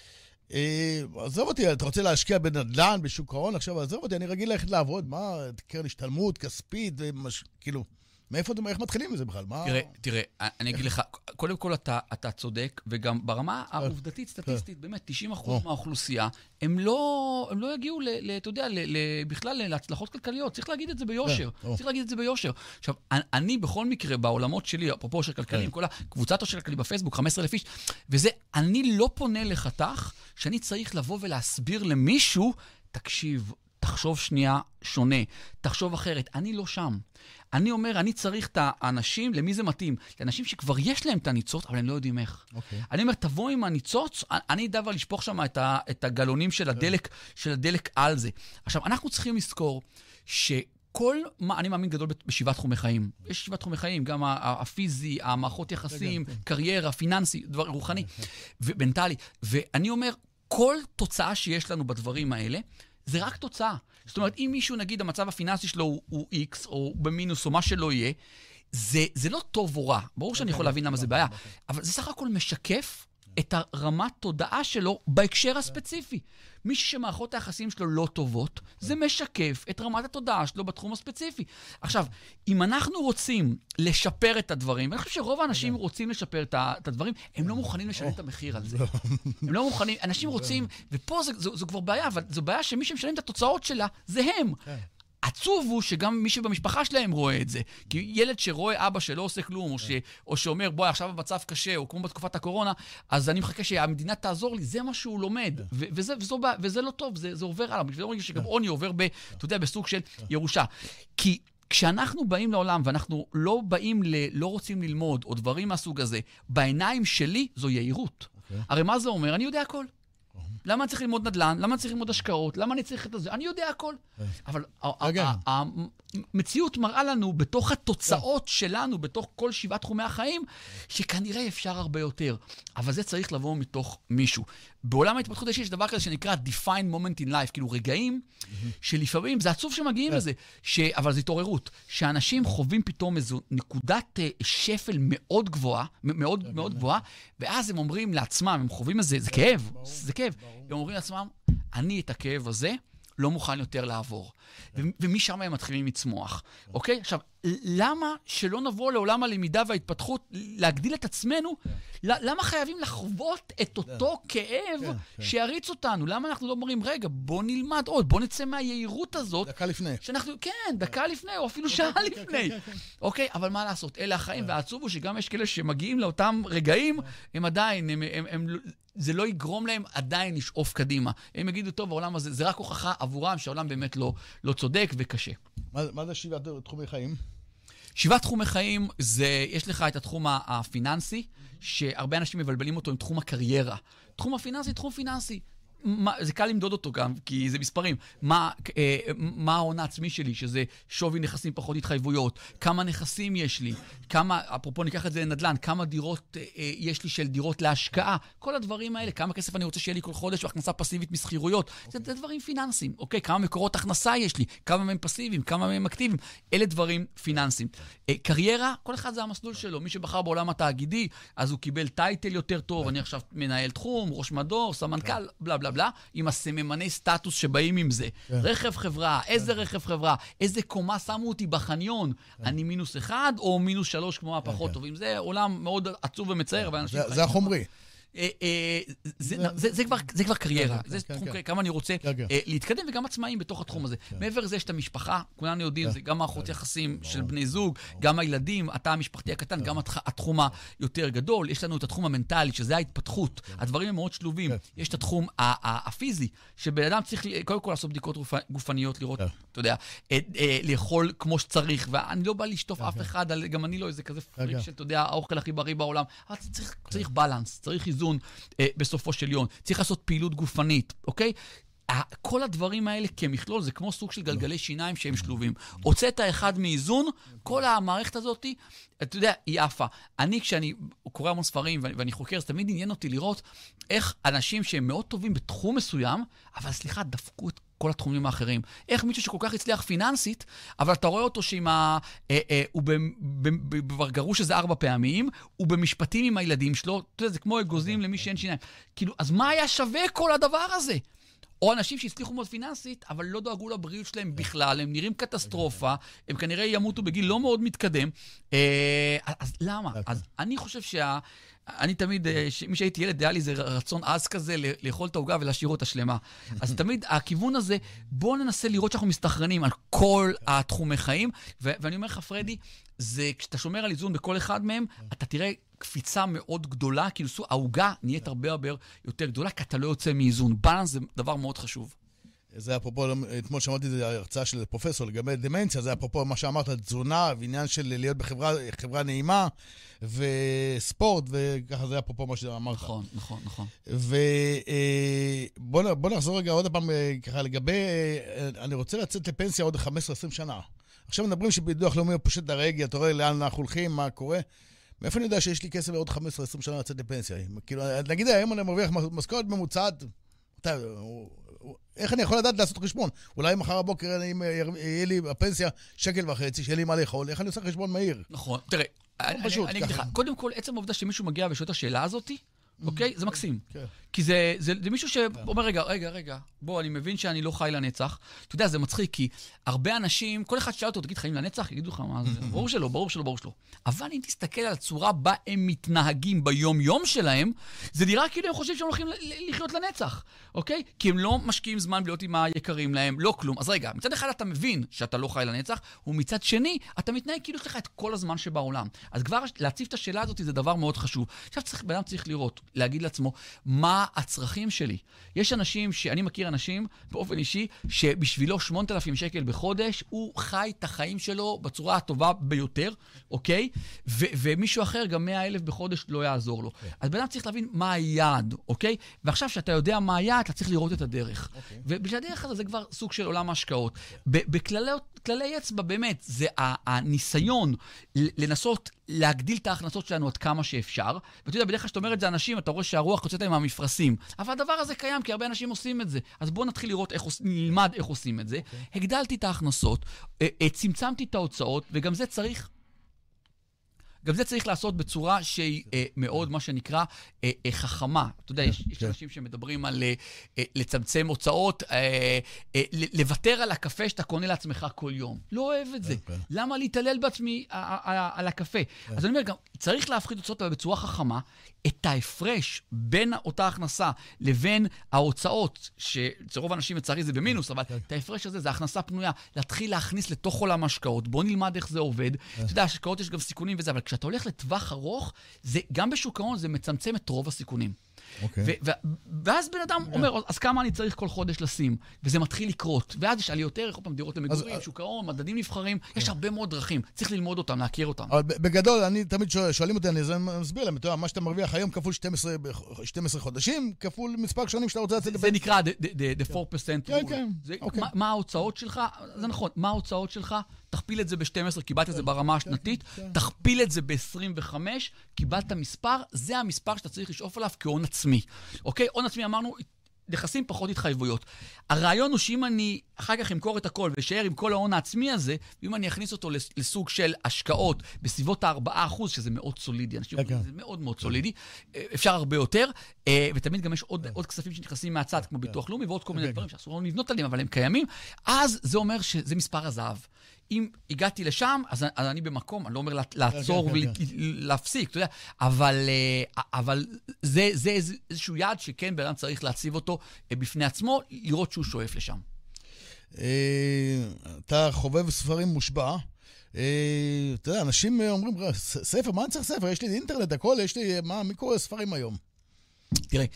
עזוב אותי, אתה רוצה להשקיע בנדל"ן, בשוק ההון, עכשיו, עזוב אותי, אני רגיל ללכת לעבוד, מה, קרן השתלמות, כספית, כאילו... מאיפה, איך מתחילים מזה בכלל? תראה, אני אגיד לך, קודם כל אתה צודק, וגם ברמה העובדתית, סטטיסטית, באמת, 90% מהאוכלוסייה, הם לא יגיעו, אתה יודע, בכלל להצלחות כלכליות. צריך להגיד את זה ביושר. צריך להגיד את זה ביושר. עכשיו, אני בכל מקרה, בעולמות שלי, אפרופו של כלכלים, כל הקבוצת של כלכלי בפייסבוק, 15,000 איש, וזה, אני לא פונה לחתך, שאני צריך לבוא ולהסביר למישהו, תקשיב, תחשוב שנייה שונה, תחשוב אחרת. אני לא שם. אני אומר, אני צריך את האנשים, למי זה מתאים? לאנשים שכבר יש להם את הניצוץ, אבל הם לא יודעים איך. אני אומר, תבוא עם הניצוץ, אני אדע לשפוך שם את הגלונים של הדלק על זה. עכשיו, אנחנו צריכים לזכור אני מאמין גדול בשבעת תחומי חיים. יש שבעת תחומי חיים, גם הפיזי, המערכות יחסים, קריירה, פיננסי, דבר רוחני ומנטלי. ואני אומר, כל תוצאה שיש לנו בדברים האלה, זה רק תוצאה. זאת אומרת, אם מישהו, נגיד, המצב הפיננסי שלו הוא X, או במינוס, או מה שלא יהיה, זה לא טוב או רע. ברור שאני יכול להבין למה זה בעיה. אבל זה סך הכל משקף את הרמת תודעה שלו בהקשר הספציפי. מישהו שמערכות היחסים שלו לא טובות, זה משקף את רמת התודעה שלו בתחום הספציפי. עכשיו, אם אנחנו רוצים לשפר את הדברים, ואני חושב שרוב האנשים רוצים לשפר את הדברים, הם לא מוכנים לשלם את המחיר על זה. הם לא מוכנים, אנשים רוצים, ופה זו כבר בעיה, אבל זו בעיה שמי שמשלם את התוצאות שלה, זה הם. עצוב הוא שגם מי שבמשפחה שלהם רואה את זה. כי ילד שרואה אבא שלא עושה כלום, או שאומר, בואי, עכשיו המצב קשה, או כמו בתקופת הקורונה, אז אני מחכה שהמדינה תעזור לי, זה מה שהוא לומד. וזה לא טוב, זה עובר עליו. בשביל אומרים שגם עוני עובר, אתה יודע, בסוג של ירושה. כי כשאנחנו באים לעולם, ואנחנו לא רוצים ללמוד, או דברים מהסוג הזה, בעיניים שלי זו יהירות. הרי מה זה אומר? אני יודע הכל. למה אני צריך ללמוד נדל"ן? למה אני צריך ללמוד השקעות? למה אני צריך את זה? אני יודע הכל. אבל המציאות מראה לנו, בתוך התוצאות שלנו, בתוך כל 7 תחומי החיים, שכנראה אפשר הרבה יותר. אבל זה צריך לבוא מתוך מישהו. בעולם ההתפתחות יש דבר כזה שנקרא define moment in life, כאילו רגעים שלפעמים, זה עצוב שמגיעים לזה, אבל זה התעוררות, שאנשים חווים פתאום איזו נקודת שפל מאוד גבוהה, מאוד גבוהה, ואז הם אומרים לעצמם, הם חווים איזה, זה כאב, זה כאב. הם אומרים לעצמם, אני את הכאב הזה לא מוכן יותר לעבור. ומשם הם מתחילים לצמוח. אוקיי? עכשיו, למה שלא נבוא לעולם הלמידה וההתפתחות, להגדיל את עצמנו? למה חייבים לחוות את אותו כאב שיריץ אותנו? למה אנחנו לא אומרים, רגע, בוא נלמד עוד, בוא נצא מהיהירות הזאת. דקה לפני. כן, דקה לפני, או אפילו שעה לפני. אוקיי? אבל מה לעשות? אלה החיים, והעצוב הוא שגם יש כאלה שמגיעים לאותם רגעים, הם עדיין, זה לא יגרום להם עדיין לשאוף קדימה. הם יגידו, טוב, העולם הזה, זה רק הוכחה עבורם שהעולם באמת לא צודק וקשה. מה זה 7 תחומי חיים? 7 תחומי חיים, יש לך את התחום הפיננסי, שהרבה אנשים מבלבלים אותו עם תחום הקריירה. תחום הפיננסי, תחום פיננסי. זה קל למדוד אותו גם, כי זה מספרים. מה ההון העצמי שלי, שזה שווי נכסים פחות התחייבויות, כמה נכסים יש לי, אפרופו ניקח את זה לנדל"ן, כמה דירות יש לי של דירות להשקעה, כל הדברים האלה, כמה כסף אני רוצה שיהיה לי כל חודש, והכנסה פסיבית מסחירויות, זה דברים פיננסיים, אוקיי? כמה מקורות הכנסה יש לי, כמה מהם פסיביים, כמה מהם אקטיביים, אלה דברים פיננסיים. קריירה, כל אחד זה המסלול שלו, מי שבחר בעולם התאגידי, אז הוא קיבל טייטל יותר טוב, אני עכשיו מנהל תחום, ראש מדור, סמנכ"ל, בלה בלה בלה, עם הסממני סטטוס שבאים עם זה. רכב חברה, איזה רכב חברה, איזה קומה שמו אותי בחניון, אני -1 או -3 כמו הפחות טובים. זה עולם מאוד עצוב ומצער. זה החומרי. זה כבר קריירה. זה תחום כמה אני רוצה להתקדם, וגם עצמאים בתוך התחום הזה. מעבר לזה יש את המשפחה, כולנו יודעים, זה גם מערכות יחסים של בני זוג, גם הילדים, אתה המשפחתי הקטן, גם התחום היותר גדול. יש לנו את התחום המנטלי, שזה ההתפתחות. הדברים הם מאוד שלובים. יש את התחום הפיזי, שבן אדם צריך קודם כל לעשות בדיקות גופניות, לראות, אתה יודע, לאכול כמו שצריך, ואני לא בא לשטוף אף אחד, גם אני לא איזה כזה פריק של, אתה יודע, האוכל הכי בריא בעולם. אבל צריך בלנס, צריך איזון בסופו של יום. צריך לעשות פעילות גופנית, אוקיי? כל הדברים האלה כמכלול, זה כמו סוג של גלגלי שיניים שהם שלובים. הוצאת אחד מאיזון, כל המערכת הזאת, אתה יודע, היא עפה. כשאני קורא המון ספרים ואני חוקר, זה תמיד עניין אותי לראות איך אנשים שהם מאוד טובים בתחום מסוים, אבל סליחה, דפקו את כל התחומים האחרים. איך מישהו שכל כך הצליח פיננסית, אבל אתה רואה אותו הוא כבר גרוש איזה 4 פעמים, הוא במשפטים עם הילדים שלו, אתה יודע, זה כמו אגוזים למי שאין שיניים. כאילו, אז מה היה שווה כל הדבר הזה? או אנשים שהצליחו מאוד פיננסית, אבל לא דואגו לבריאות שלהם בכלל, הם נראים קטסטרופה, הם כנראה ימותו בגיל לא מאוד מתקדם. אז למה? אז אני חושב אני תמיד, מי שהייתי ילד, היה לי איזה רצון עז כזה לאכול את העוגה ולהשאיר אותה שלמה. אז תמיד הכיוון הזה, בואו ננסה לראות שאנחנו מסתכרנים על כל התחומי חיים, ואני אומר לך, פרדי, זה כשאתה שומר על איזון בכל אחד מהם, אתה תראה קפיצה מאוד גדולה, כאילו העוגה נהיית הרבה יותר גדולה, כי אתה לא יוצא מאיזון. בלנס זה דבר מאוד חשוב. זה אפרופו, אתמול שמעתי את הרצאה של פרופסור לגבי דמנציה, זה אפרופו מה שאמרת, תזונה, ועניין של להיות בחברה נעימה, וספורט, וככה זה אפרופו מה שאמרת. נכון. בוא נחזור רגע עוד פעם, ככה לגבי, אני רוצה לצאת לפנסיה עוד 15-20 שנה. עכשיו מדברים שביטוח לאומי הוא פשוט הרגע, אתה רואה לאן אנחנו הולכים, מה קורה. מאיפה אני יודע שיש לי כסף עוד 15-20 שנה לצאת לפנסיה? כאילו, נגיד, היום אני מרוויח משכורת ממוצעת, איך אני יכול לדעת לעשות חשבון? אולי מחר הבוקר, אם יהיה לי הפנסיה 1.5 שקל, שיהיה לי מה לאכול, איך אני עושה חשבון מהיר? נכון, תראה, אני אגיד לך, קודם כל, עצם העובדה שמישהו מגיע ושואל את השאלה הזאת, אוקיי? זה מקסים. כי זה מישהו שאומר, רגע, בוא, אני מבין שאני לא חי לנצח. אתה יודע, זה מצחיק, כי הרבה אנשים, כל אחד שאל אותו, תגיד, חיים לנצח? יגידו לך, מה זה? ברור שלא. אבל אם תסתכל על הצורה בה הם מתנהגים ביום-יום שלהם, זה נראה כאילו הם חושבים שהם הולכים לחיות לנצח, אוקיי? כי הם לא משקיעים זמן להיות עם היקרים להם, לא כלום. אז רגע, מצד אחד אתה מבין שאתה לא חי לנצח, ומצד שני, אתה מתנהג כאילו יש לך את כל הזמן שבעולם. אז כבר להציף את השאלה הזאת זה דבר מאוד חשוב. עכשיו בן אדם צריך לראות, להגיד לעצמו, מה מה הצרכים שלי. יש אנשים, אני מכיר אנשים באופן אישי, שבשבילו 8,000 שקל בחודש, הוא חי את החיים שלו בצורה הטובה ביותר, אוקיי? ומישהו אחר, גם 100,000 בחודש לא יעזור לו. אז בן אדם צריך להבין מה היעד, אוקיי? ועכשיו שאתה יודע מה היעד, אתה צריך לראות את הדרך. ובשביל הדרך הזה זה כבר סוג של עולם ההשקעות. בכללי אצבע באמת, זה הניסיון לנסות להגדיל את ההכנסות שלנו עד כמה שאפשר. ואתה יודע, בדרך כלל שאתה אומר את זה אנשים, אתה רואה שהרוח יוצאת להם מהמפרשים. אבל הדבר הזה קיים, כי הרבה אנשים עושים את זה. אז בואו נתחיל לראות נלמד איך עושים את זה. הגדלתי את ההכנסות, צמצמתי את ההוצאות, וגם זה צריך... גם זה צריך לעשות בצורה שהיא מאוד, מה שנקרא, חכמה. אתה יודע, יש אנשים שמדברים על לצמצם הוצאות, לוותר על הקפה שאתה קונה לעצמך כל יום. לא אוהב את זה. למה להתעלל בעצמי על הקפה? אז אני אומר, גם צריך להפחית הוצאות בצורה חכמה, את ההפרש בין אותה הכנסה לבין ההוצאות, שרוב האנשים לצערי זה במינוס, אבל את ההפרש הזה, זה הכנסה פנויה, להתחיל להכניס לתוך עולם ההשקעות. בוא נלמד איך זה עובד. אתה יודע, השקעות יש גם סיכונים וזה, אבל כשאתה הולך לטווח ארוך, גם בשוק ההון זה מצמצם את רוב הסיכונים. ואז בן אדם אומר, אז כמה אני צריך כל חודש לשים? וזה מתחיל לקרות. ואז יש עליות ערך, עוד פעם דירות למגורים, שוק ההון, מדדים נבחרים, יש הרבה מאוד דרכים. צריך ללמוד אותם, להכיר אותם. אבל בגדול, אני תמיד שואלים אותי, אני מסביר להם, מה שאתה מרוויח היום כפול 12 חודשים, כפול מספר שנים שאתה רוצה לצאת... זה נקרא the 4% rule. מה ההוצאות שלך? זה נכון, מה ההוצאות שלך? תכפיל את זה ב-12, קיבלת את זה ברמה השנתית, תכפיל את זה ב-25, קיבלת מספר, זה המספר שאתה צריך לשאוף עליו כהון עצמי. אוקיי? הון עצמי אמרנו, נכסים פחות התחייבויות. הרעיון הוא שאם אני אחר כך אמכור את הכל ושאר עם כל ההון העצמי הזה, ואם אני אכניס אותו לסוג של השקעות בסביבות ה-4%, שזה מאוד סולידי, אנשים אומרים, זה מאוד מאוד סולידי, אפשר הרבה יותר, ותמיד גם יש עוד כספים שנכנסים מהצד, כמו ביטוח לאומי, ועוד כל מיני דברים שאסור לנו לבנות עליהם, אבל הם קיימים, אז זה אומר שזה מספר הזהב. אם הגעתי לשם, אז אני במקום, אני לא אומר לעצור ולהפסיק, אתה יודע, אבל זה איזשהו יעד שכן בן אדם צריך להציב אותו בפני עצמו, לראות שהוא שואף לשם. אתה חובב ספרים מושבע, אתה יודע, אנשים אומרים, ספר, מה אני צריך ספר? יש לי אינטרנט, הכל, מי קורא ספרים היום? תראה,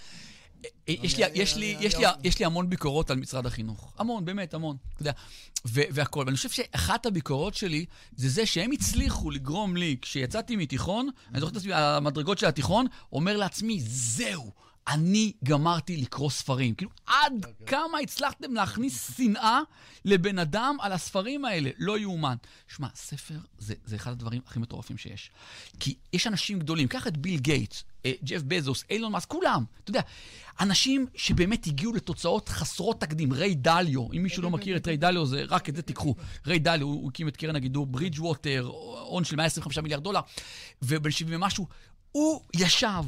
יש לי המון ביקורות על משרד החינוך. המון, באמת, המון. אתה יודע, והכל. ואני חושב שאחת הביקורות שלי זה זה שהם הצליחו לגרום לי, כשיצאתי מתיכון, אני זוכר את עצמי על המדרגות של התיכון, אומר לעצמי, זהו, אני גמרתי לקרוא ספרים. כאילו, עד כמה הצלחתם להכניס שנאה לבן אדם על הספרים האלה? לא יאומן. שמע, ספר זה אחד הדברים הכי מטורפים שיש. כי יש אנשים גדולים, קח את ביל גייטס, ג'ף בזוס, אילון מאסק, כולם. אתה יודע, אנשים שבאמת הגיעו לתוצאות חסרות תקדים. ריי דליו, אם מישהו לא מכיר את ריי דליו, זה רק את זה תיקחו. ריי דליו, הוא הקים את קרן הגידור, ברידג' ווטר, הון של $125 מיליארד, ובן 70 ומשהו, הוא ישב,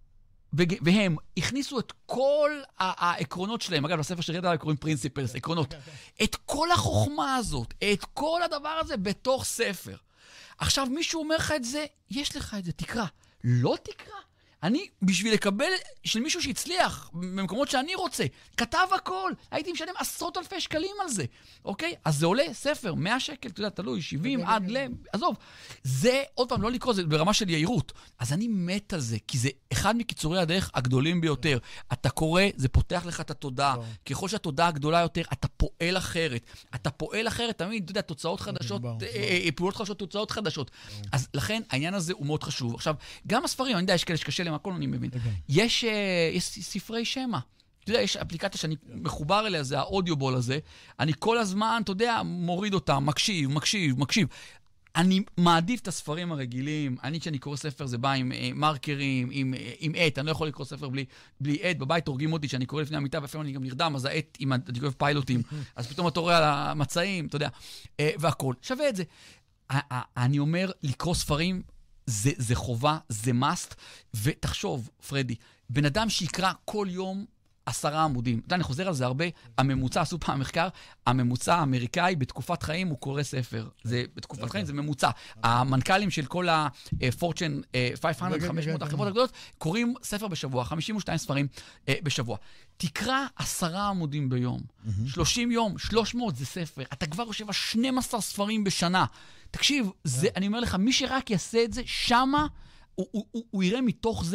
והם הכניסו את כל העקרונות שלהם, אגב, לספר של ריי דליו קוראים פרינסיפלס, עקרונות, את כל החוכמה הזאת, את כל הדבר הזה בתוך ספר. עכשיו, מישהו אומר לך את זה, יש לך את זה, תקרא. לא תקרא. אני, בשביל לקבל של מישהו שהצליח במקומות שאני רוצה, כתב הכל, הייתי משלם עשרות אלפי שקלים על זה, אוקיי? אז זה עולה ספר, 100 שקל, אתה יודע, תלוי, 70 עד עזוב. זה, עוד פעם, לא לקרוא, זה ברמה של יעירות. אז אני מת על זה, כי זה אחד מקיצורי הדרך הגדולים ביותר. אתה קורא, זה פותח לך את התודעה. ככל שהתודעה הגדולה יותר, אתה פועל אחרת. אתה פועל אחרת, תמיד, אתה יודע, תוצאות חדשות, פעולות חדשות, תוצאות חדשות. אז לכן, העניין הזה הוא מאוד חשוב. עכשיו, גם הספרים, אני יודע, יש כאלה שקשה להם, הכל אני מבין. יש ספרי שמע. אתה יודע, יש אפליקציה שאני מחובר אליה, זה האודיובול הזה. אני כל הזמן, אתה יודע, מוריד אותם, מקשיב. אני מעדיף את הספרים הרגילים. כשאני קורא ספר, זה בא עם מרקרים, עם עט. אני לא יכול לקרוא ספר בלי עט. בבית הורגים אותי שאני קורא לפני המיטה, ואפילו אני גם נרדם, אז העט, אם אני קורא פיילוטים, אז פתאום אתה רואה על המצעים, אתה יודע, והכל. שווה את זה. אני אומר, לקרוא ספרים, זה חובה, זה must, ותחשוב, פרדי, בן אדם שיקרא כל יום 10 עמודים. אתה יודע, אני חוזר על זה הרבה, הממוצע, עשו פעם מחקר, הממוצע האמריקאי בתקופת חיים הוא קורא ספר. זה, בתקופת חיים זה ממוצע. המנכ"לים של כל ה-Fortune 500, 500 החברות הגדולות, קוראים ספר בשבוע, 52 ספרים בשבוע. תקרא 10 עמודים ביום. 30 יום, 300 זה ספר. אתה כבר יושב 12 ספרים בשנה. תקשיב, אני אומר לך, מי שרק יעשה את זה, שמה, הוא יראה מתוך זה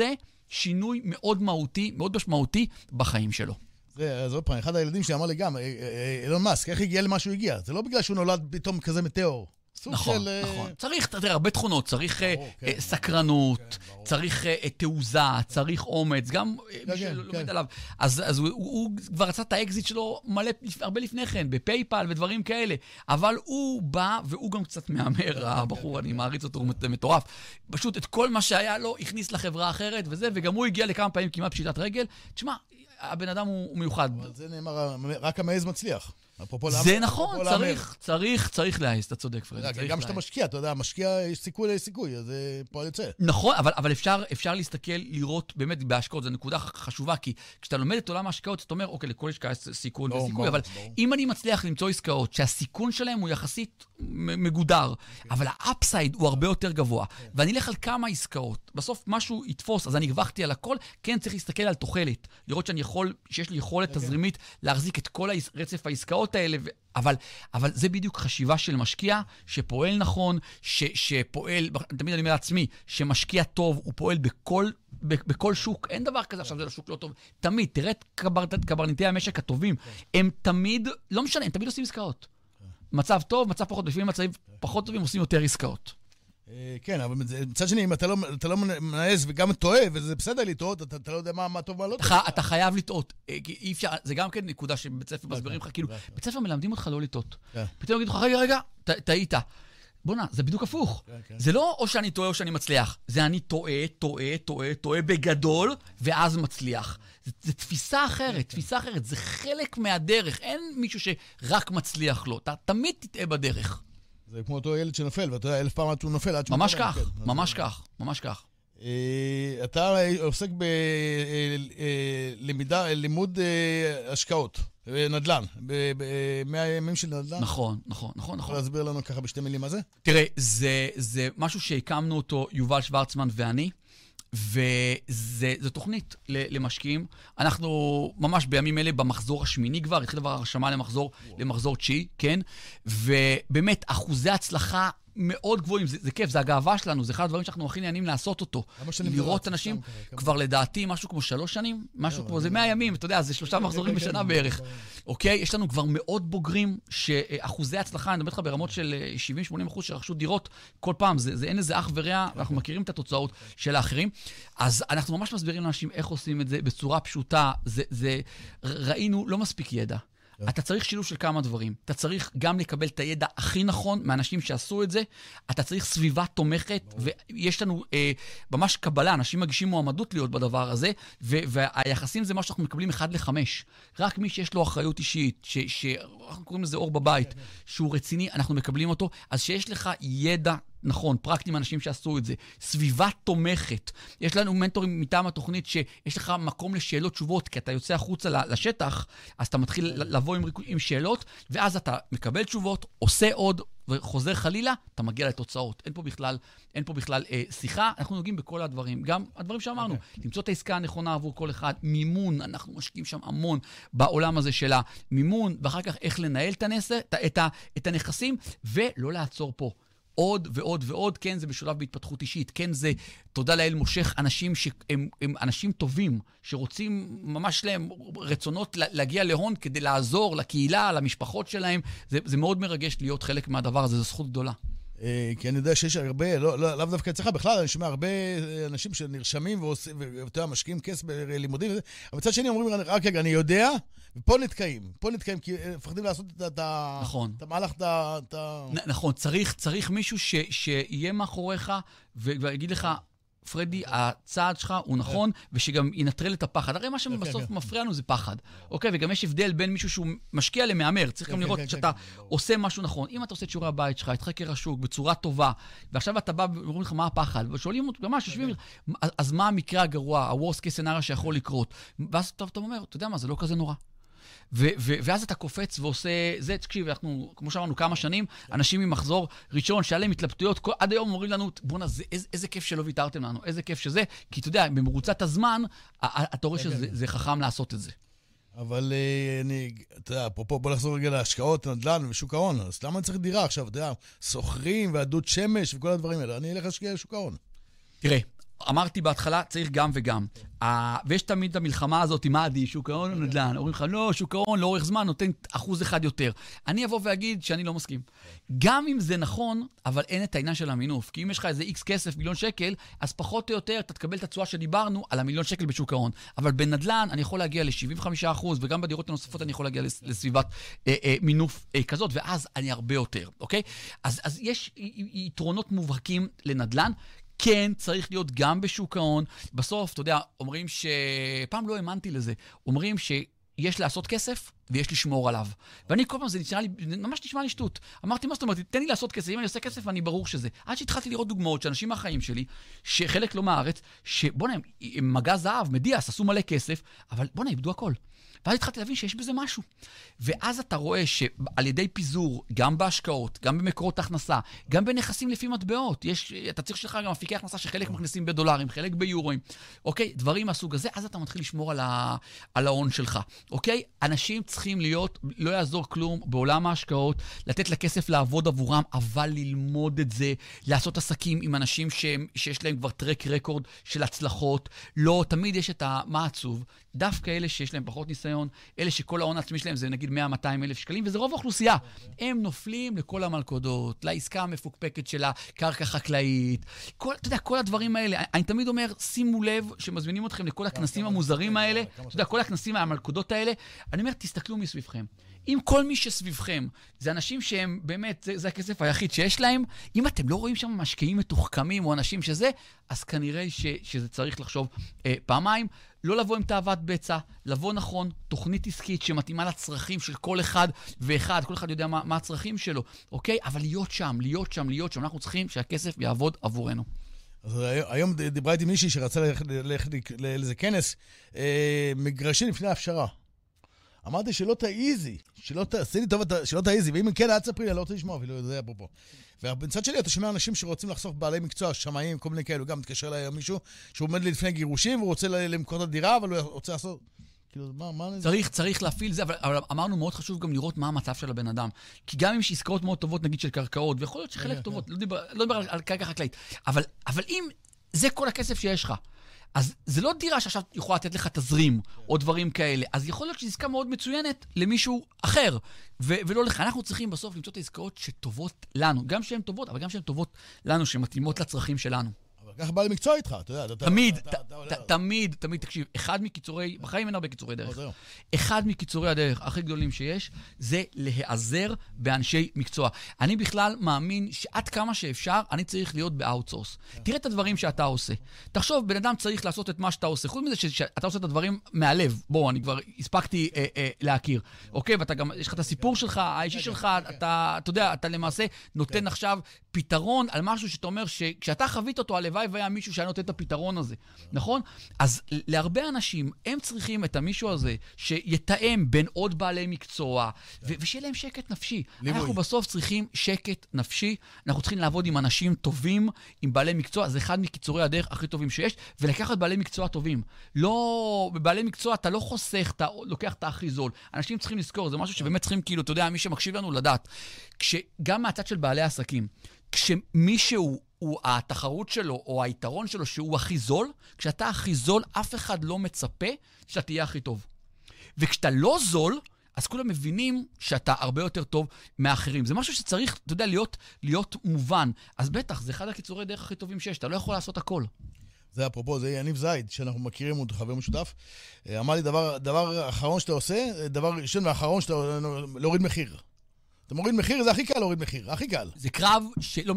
שינוי מאוד מהותי, מאוד משמעותי בחיים שלו. אז עוד פעם, אחד הילדים שלי אמר לי גם, אילון מאסק, איך הגיע למה שהוא הגיע? זה לא בגלל שהוא נולד פתאום כזה מטאור. נכון, נכון. צריך, אתה יודע, הרבה תכונות, צריך סקרנות, צריך תעוזה, צריך אומץ, גם מי שלומד עליו. אז הוא כבר רצה את האקזיט שלו מלא הרבה לפני כן, בפייפל ודברים כאלה. אבל הוא בא, והוא גם קצת מאמר, הבחור, אני מעריץ אותו, הוא מטורף. פשוט את כל מה שהיה לו, הכניס לחברה אחרת וזה, וגם הוא הגיע לכמה פעמים כמעט פשיטת רגל. תשמע, הבן אדם הוא מיוחד. אבל זה נאמר, רק המעז מצליח. זה נכון, צריך להעז, אתה צודק, פרד. גם כשאתה משקיע, אתה יודע, משקיע, יש סיכוי, אז זה פועל יוצא. נכון, אבל אפשר להסתכל, לראות באמת בהשקעות, זו נקודה חשובה, כי כשאתה לומד את עולם ההשקעות, אתה אומר, אוקיי, לכל השקעה יש סיכון וסיכוי, אבל אם אני מצליח למצוא עסקאות שהסיכון שלהם הוא יחסית מגודר, אבל האפסייד הוא הרבה יותר גבוה, ואני אלך על כמה עסקאות, בסוף משהו יתפוס, אז אני הרווחתי על הכל, כן צריך להסתכל על תוחלת, לראות שיש לי יכולת תזרימית להחזיק את כל רצף העסקאות האלה, אבל זה בדיוק חשיבה של משקיע שפועל נכון, שפועל, תמיד אני אומר לעצמי, שמשקיע טוב, הוא פועל בכל שוק, אין דבר כזה עכשיו זה לשוק לא טוב, תמיד, תראה את קברניטי המשק הטובים, הם תמיד, לא משנה, הם תמיד עושים עסקאות. מצב טוב, מצב פחות, לפעמים מצבים פחות טובים עושים יותר עסקאות. כן, אבל מצד שני, אם אתה לא מנעז וגם טועה, וזה בסדר לטעות, אתה לא יודע מה טוב ומה לא טוב. אתה חייב לטעות. אי אפשר, זה גם כן נקודה שבית ספר מסבירים לך, כאילו, בית ספר מלמדים אותך לא לטעות. פתאום יגידו לך, רגע, טעית. בוא'נה, זה בדיוק הפוך. זה לא או שאני טועה או שאני מצליח, זה אני טועה בגדול, ואז מצליח. זה תפיסה אחרת, זה חלק מהדרך. אין מישהו שרק מצליח לו. אתה תמיד תטעה בדרך. זה כמו אותו ילד שנופל, ואתה יודע, 1000 פעם הוא נופל עד שהוא... ממש כך. אתה עוסק בלימוד השקעות, נדל"ן, ב100 ימים של נדל"ן. נכון. יכול להסביר לנו ככה בשתי מילים מה זה? תראה, זה משהו שהקמנו אותו יובל שוורצמן ואני, וזו תוכנית למשקיעים. אנחנו ממש בימים אלה במחזור השמיני כבר, התחיל דבר הרשמה למחזור 9, כן? ובאמת, אחוזי הצלחה מאוד גבוהים, זה כיף, זה הגאווה שלנו, זה אחד הדברים שאנחנו הכי נהנים לעשות אותו. לראות אנשים, כבר לדעתי משהו כמו 3 שנים, משהו כמו, זה 100 ימים, אתה יודע, זה 3 מחזורים בשנה בערך. אוקיי? יש לנו כבר מאוד בוגרים שאחוזי הצלחה, אני מדבר לך ברמות של 70-80% שרכשו דירות כל פעם, אין איזה אח ורע, אנחנו מכירים את התוצאות של האחרים. אז אנחנו ממש מסבירים לאנשים איך עושים את זה בצורה פשוטה, ראינו לא מספיק ידע. אתה צריך שילוב של כמה דברים. אתה צריך גם לקבל את הידע הכי נכון מהאנשים שעשו את זה. אתה צריך סביבה תומכת, ויש לנו ממש קבלה, אנשים מגישים מועמדות להיות בדבר הזה, והיחסים זה מה שאנחנו מקבלים 1-5. רק מי שיש לו אחריות אישית, שאנחנו קוראים לזה אור בבית, שהוא רציני, אנחנו מקבלים אותו. אז שיש לך ידע נכון, פרקטים אנשים שעשו את זה, סביבה תומכת. יש לנו מנטורים מטעם התוכנית שיש לך מקום לשאלות תשובות, כי אתה יוצא החוצה לשטח, אז אתה מתחיל לבוא עם שאלות, ואז אתה מקבל תשובות, עושה עוד, וחוזר חלילה, אתה מגיע לתוצאות. אין פה בכלל שיחה, אנחנו נוגעים בכל הדברים. גם הדברים שאמרנו, למצוא את העסקה הנכונה עבור כל אחד, מימון, אנחנו משקיעים שם המון בעולם הזה של המימון, ואחר כך איך לנהל את הנכסים, ולא לעצור פה. עוד ועוד ועוד, כן, זה משולב בהתפתחות אישית, כן, זה, תודה לאל, מושך אנשים שהם אנשים טובים, שרוצים ממש להם רצונות להגיע להון כדי לעזור לקהילה, למשפחות שלהם. זה מאוד מרגש להיות חלק מהדבר הזה, זו זכות גדולה. כי אני יודע שיש הרבה, לאו דווקא אצלך, בכלל אני שומע הרבה אנשים שנרשמים ומשקיעים כסף בלימודים, אבל מצד שני אומרים, רק רגע, אני יודע, ופה נתקעים, כי מפחדים לעשות את המהלך, נכון, צריך מישהו שיהיה מאחוריך ויגיד לך, פרדי, הצעד שלך הוא נכון, ושגם ינטרל את הפחד. הרי מה שבסוף מפריע לנו זה פחד. אוקיי? וגם יש הבדל בין מישהו שהוא משקיע למאמר. צריך גם לראות שאתה עושה משהו נכון. אם אתה עושה את שיעורי הבית שלך, את חקר השוק, בצורה טובה, ועכשיו אתה בא ואומרים לך מה הפחד, ושואלים אותו, ממש, יושבים, אז מה המקרה הגרוע, ה-worst case scenario שיכול לקרות? ואז אתה אומר, אתה יודע מה, זה לא כזה נורא. ואז אתה קופץ ועושה, זה, תקשיב, אנחנו, כמו שאמרנו, כמה שנים, אנשים ממחזור ראשון, שהיה להם התלבטויות, עד היום אומרים לנו, בוא'נה, איזה כיף שלא ויתרתם לנו, איזה כיף שזה, כי אתה יודע, במרוצת הזמן, אתה רואה שזה חכם לעשות את זה. אבל אתה יודע, אפרופו, בוא נחזור רגע להשקעות, נדל"ן ושוק ההון, אז למה אני צריך דירה עכשיו, אתה יודע, סוחרים ועדות שמש וכל הדברים האלה, אני אלך להשקיע לשוק ההון. תראה, אמרתי בהתחלה, צריך גם וגם. ויש תמיד את המלחמה הזאת, מה עדיף, שוק ההון או נדל"ן? אומרים לך, לא, שוק ההון לאורך זמן נותן 1% יותר. אני אבוא ואגיד שאני לא מסכים. גם אם זה נכון, אבל אין את העניין של המינוף. כי אם יש לך איזה X כסף, מיליון שקל, אז פחות או יותר אתה תקבל את התשואה שדיברנו על המיליון שקל בשוק ההון. אבל בנדל"ן אני יכול להגיע ל-75%, וגם בדירות הנוספות אני יכול להגיע לסביבת מינוף כזאת, ואז אני הרבה יותר, אוקיי? אז יש יתרונות מובהקים לנדל"ן. כן, צריך להיות גם בשוק ההון. בסוף, אתה יודע, אומרים פעם לא האמנתי לזה. אומרים שיש לעשות כסף ויש לשמור עליו. ואני כל פעם, זה ממש נשמע לי שטות. אמרתי, מה זאת אומרת? תן לי לעשות כסף. אם אני עושה כסף, אני ברור שזה. עד שהתחלתי לראות דוגמאות שאנשים מהחיים שלי, שחלק לא מהארץ, שבוא נהם, מגע זהב, מדיאס, עשו מלא כסף, אבל בוא נהם, איבדו הכל. ואז התחלתי להבין שיש בזה משהו. ואז אתה רואה שעל ידי פיזור, גם בהשקעות, גם במקורות הכנסה, גם בנכסים לפי מטבעות, אתה צריך שלך גם אפיקי הכנסה שחלק מכניסים בדולרים, חלק ביורוים, אוקיי? דברים מהסוג הזה, אז אתה מתחיל לשמור על ההון שלך, אוקיי? אנשים צריכים להיות, לא יעזור כלום בעולם ההשקעות, לתת לכסף לעבוד עבורם, אבל ללמוד את זה, לעשות עסקים עם אנשים שיש להם כבר טרק רקורד של הצלחות, לא, תמיד יש את מה עצוב, דווקא אלה שיש להם פחות ניסיון, אלה שכל ההון העצמי שלהם זה נגיד 100-200 אלף שקלים, וזה רוב האוכלוסייה. הם נופלים לכל המלכודות, לעסקה המפוקפקת של הקרקע חקלאית, אתה יודע, כל הדברים האלה. אני תמיד אומר, שימו לב שמזמינים אתכם לכל הכנסים המוזרים האלה, אתה יודע, כל הכנסים המלכודות האלה, אני אומר, תסתכלו מסביבכם. אם כל מי שסביבכם, זה אנשים שהם באמת, זה הכסף היחיד שיש להם, אם אתם לא רואים שם משקיעים מתוחכמים או אנשים שזה, אז כנראה שזה צריך לחשוב פעמיים. לא לבוא עם תאוות בצע, לבוא נכון, תוכנית עסקית שמתאימה לצרכים של כל אחד ואחד, כל אחד יודע מה הצרכים שלו, אוקיי? אבל להיות שם, אנחנו צריכים שהכסף יעבוד עבורנו. אז היום דיברה איתי מישהי שרצה ללכת לאיזה כנס, מגרשים לפני הפשרה. אמרתי שלא תעיזי, עשי לי טוב, שלא תעיזי, ואם כן, אל תספרי לי, אני לא רוצה לשמוע, אפילו זה אפרופו. ובצד שלי, אתה שומע אנשים שרוצים לחסוך בעלי מקצוע, שמאים, כל מיני כאלו, גם מתקשר אליי מישהו שהוא עומד לי לפני גירושים, והוא רוצה למכור את הדירה, אבל הוא רוצה לעשות... כאילו, מה... צריך להפעיל זה, אבל אמרנו מאוד חשוב גם לראות מה המצב של הבן אדם. כי גם אם יש עסקאות מאוד טובות, נגיד של קרקעות, ויכול להיות שחלק טובות, לא דיבר על קרקע חקלאית, אבל אם זה כל הכסף שיש לך, אז זה לא דירה שעכשיו יכולה לתת לך תזרים או דברים כאלה. אז יכול להיות שזו עסקה מאוד מצוינת למישהו אחר, ולא לך. אנחנו צריכים בסוף למצוא את העסקאות שטובות לנו. גם שהן טובות, אבל גם שהן טובות לנו, שמתאימות לצרכים שלנו. אבל ככה בא למקצוע איתך, אתה יודע. תמיד, תקשיב, בחיים אין הרבה קיצורי דרך. אחד מקיצורי הדרך הכי גדולים שיש, זה להיעזר באנשי מקצוע. אני בכלל מאמין שעד כמה שאפשר, אני צריך להיות באוטסורס. תראה את הדברים שאתה עושה. תחשוב, בן אדם צריך לעשות את מה שאתה עושה. חוץ מזה שאתה עושה את הדברים מהלב. בוא, אני כבר הספקתי להכיר. אוקיי, ואתה גם, יש לך את הסיפור שלך, האישי שלך, אתה יודע, אתה למעשה נותן עכשיו פתרון על משהו שאתה אומר שכשאתה חווית אותו, הלוואי והיה מישהו שהיה נותן את הפתרון הזה, נכון? אז להרבה אנשים, הם צריכים את המישהו הזה שיתאם בין עוד בעלי מקצוע, ושיהיה להם שקט נפשי. אנחנו בסוף צריכים שקט נפשי, אנחנו צריכים לעבוד עם אנשים טובים, עם בעלי מקצוע, זה אחד מקיצורי הדרך הכי טובים שיש, ולקחת בעלי מקצוע טובים. לא, בבעלי מקצוע אתה לא חוסך, אתה לוקח את הכי זול. אנשים צריכים לזכור, זה משהו שבאמת צריכים, כאילו, אתה יודע, מי שמקשיב לנו לדעת, גם מהצד של בעלי העסקים, כשמישהו התחרות שלו או היתרון שלו שהוא הכי זול, כשאתה הכי זול, אף אחד לא מצפה שאתה תהיה הכי טוב. וכשאתה לא זול, אז כולם מבינים שאתה הרבה יותר טוב מאחרים. זה משהו שצריך, אתה יודע, להיות מובן. אז בטח, זה אחד הקיצורי דרך הכי טובים שיש. אתה לא יכול לעשות הכל. זה אפרופו, זה יניב זייד, שאנחנו מכירים, הוא חבר משותף. אמר לי, דבר אחרון שאתה עושה, דבר ראשון ואחרון שאתה להוריד מחיר. אתה מוריד מחיר, זה הכי קל להוריד מחיר, הכי קל. זה קרב שלא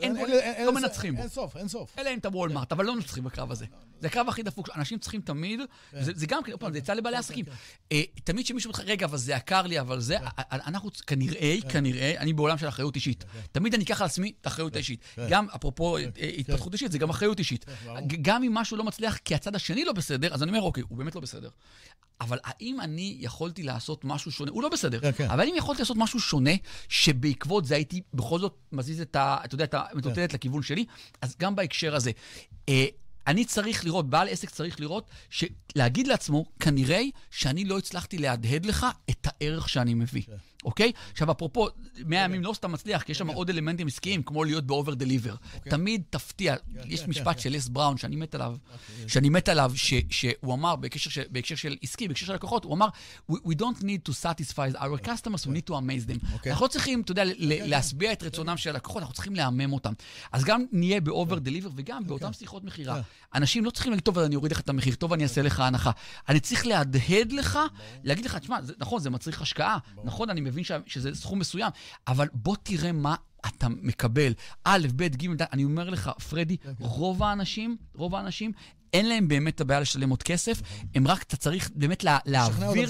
מנצחים בו. אין סוף. אלה אין את הוולמארט, אבל לא מנצחים בקרב הזה. זה הקרב הכי דפוק. אנשים צריכים תמיד, זה גם, זה יצא לבעלי עסקים. תמיד שמישהו מתחיל, רגע, אבל זה יקר לי, אבל זה, אנחנו כנראה, אני בעולם של אחריות אישית. תמיד אני אקח על עצמי את האחריות האישית. גם, אפרופו התפתחות אישית, זה גם אחריות אישית. גם אם משהו לא מצליח כי הצד השני לא בסדר, אז אני אומר, אוקיי, הוא באמת לא בסדר. אבל האם אני יכולתי לעשות משהו שונה? הוא לא בסדר. אבל האם יכולתי לעשות משהו שונה, שבעקבות זה הייתי בכל זאת מזיז אתה יודע, את המטוטלת לכיוון שלי? אז גם בהקשר הזה, אני צריך לראות, בעל עסק צריך לראות, להגיד לעצמו, כנראה שאני לא הצלחתי להדהד לך את הערך שאני מביא. אוקיי? עכשיו, אפרופו, 100 ימים לא סתם מצליח, כי יש שם עוד אלמנטים עסקיים, כמו להיות באובר דליבר. תמיד תפתיע. יש משפט של לס בראון, שאני מת עליו, שהוא אמר, בהקשר של עסקי, בהקשר של לקוחות, הוא אמר, we don't need to satisfy our customers, we need to amaze them. אנחנו לא צריכים, אתה יודע, להסביע את רצונם של הלקוחות, אנחנו צריכים להמם אותם. אז גם נהיה באובר דליבר, וגם באותם שיחות מחירה. אנשים לא צריכים להגיד, טוב, אני אוריד לך את המחיר, טוב, אני אעשה לך הנחה. אני צריך להדהד לך, להגיד לך, תשמע, נכון, זה מצריך השקעה, נכון, אני מבין שזה סכום מסוים, אבל בוא תראה מה אתה מקבל. א', ב', ג', אני אומר לך, פרדי, רוב האנשים, אין להם באמת את הבעיה לשלם עוד כסף, הם רק, אתה צריך באמת להעביר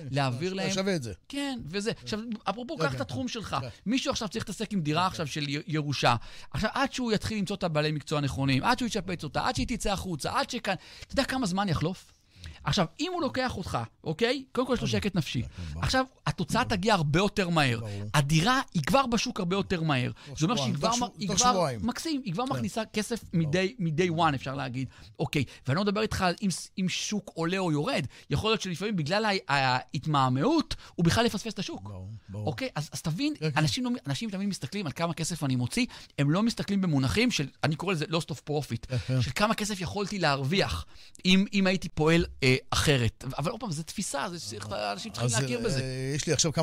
להם. שווה את זה. כן, וזה. עכשיו, אפרופו, קח את התחום שלך. מישהו עכשיו צריך להתעסק עם דירה עכשיו של ירושה. עכשיו, עד שהוא יתחיל למצוא את הבעלי מקצוע נכונים, עד שהוא ישפץ אותה, עד שהיא תצא החוצה, עד שכאן, אתה יודע כמה זמן יחלוף? עכשיו, אם הוא לוקח אותך, אוקיי? קודם כל יש לו שקט נפשי. עכשיו, התוצאה תגיע הרבה יותר מהר. הדירה היא כבר בשוק הרבה יותר מהר. זאת אומרת שהיא כבר מקסים, היא כבר מכניסה כסף מדי one, אפשר להגיד. אוקיי, ואני לא מדבר איתך אם שוק עולה או יורד. יכול להיות שלפעמים בגלל ההתמהמהות, הוא בכלל יפספס את השוק. אוקיי? אז תבין, אנשים תמיד מסתכלים על כמה כסף אני מוציא, הם לא מסתכלים במונחים של, אני קורא לזה lost of profit, של כמה כסף יכולתי להרוויח אם הייתי פועל אחרת. אבל עוד פעם, זו תפיסה, אנשים צריכים להכיר בזה. יש לי עכשיו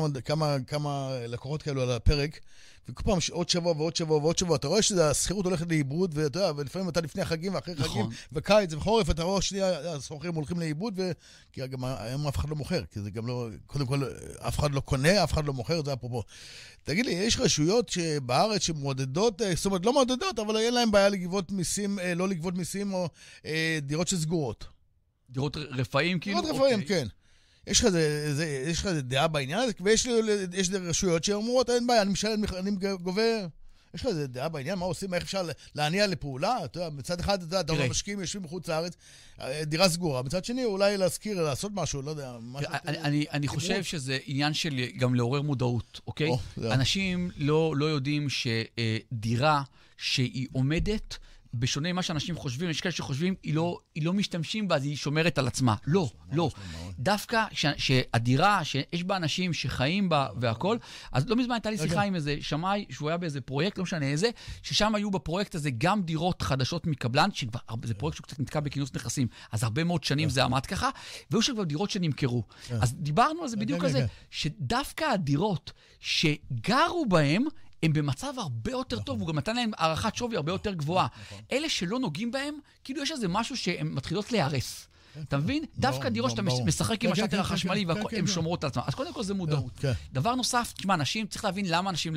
כמה לקוחות כאלו על הפרק, וכל פעם עוד שבוע ועוד שבוע ועוד שבוע, אתה רואה שהסחירות הולכת לאיבוד, ולפעמים אתה לפני החגים ואחרי חגים, וקיץ וחורף, אתה רואה שנייה, הסוחרים הולכים לאיבוד, כי גם היום אף אחד לא מוכר, כי זה גם לא, קודם כל, אף אחד לא קונה, אף אחד לא מוכר, זה אפרופו. תגיד לי, יש רשויות שבארץ שמעודדות, זאת אומרת, לא מעודדות, אבל אין להם בעיה לגבות מיסים, לא לגבות מיסים, או דירות שסגורות. דירות רפאים, כאילו? דירות רפאים, כן. יש לך דעה בעניין הזה, ויש רשויות שאומרות, אין בעיה, אני גובה, יש לך דעה בעניין, מה עושים, איך אפשר להניע לפעולה? אתה יודע, מצד אחד, אתה יודע, משקיעים, יושבים בחוץ לארץ, דירה סגורה, מצד שני, אולי להזכיר, לעשות משהו, לא יודע. אני חושב שזה עניין של גם לעורר מודעות, אוקיי? אנשים לא יודעים שדירה שהיא עומדת, בשונה ממה שאנשים חושבים, יש כאלה שחושבים, היא לא משתמשים בה, אז היא שומרת על עצמה. לא, לא. דווקא שהדירה, שיש בה אנשים שחיים בה והכל, אז לא מזמן הייתה לי שיחה עם איזה שמאי, שהוא היה באיזה פרויקט, לא משנה איזה, ששם היו בפרויקט הזה גם דירות חדשות מקבלן, זה פרויקט שהוא קצת נתקע בכינוס נכסים, אז הרבה מאוד שנים זה עמד ככה, והיו שם כבר דירות שנמכרו. אז דיברנו על זה בדיוק כזה, שדווקא הדירות שגרו בהם, הם במצב הרבה יותר טוב, הוא גם נתן להם הערכת שווי הרבה יותר גבוהה. אלה שלא נוגעים בהם, כאילו יש איזה משהו שהן מתחילות להירס. אתה מבין? דווקא דירות שאתה משחק עם השטר החשמלי, והן שומרות על עצמם. אז קודם כל זה מודעות. דבר נוסף, תשמע, אנשים, צריך להבין למה אנשים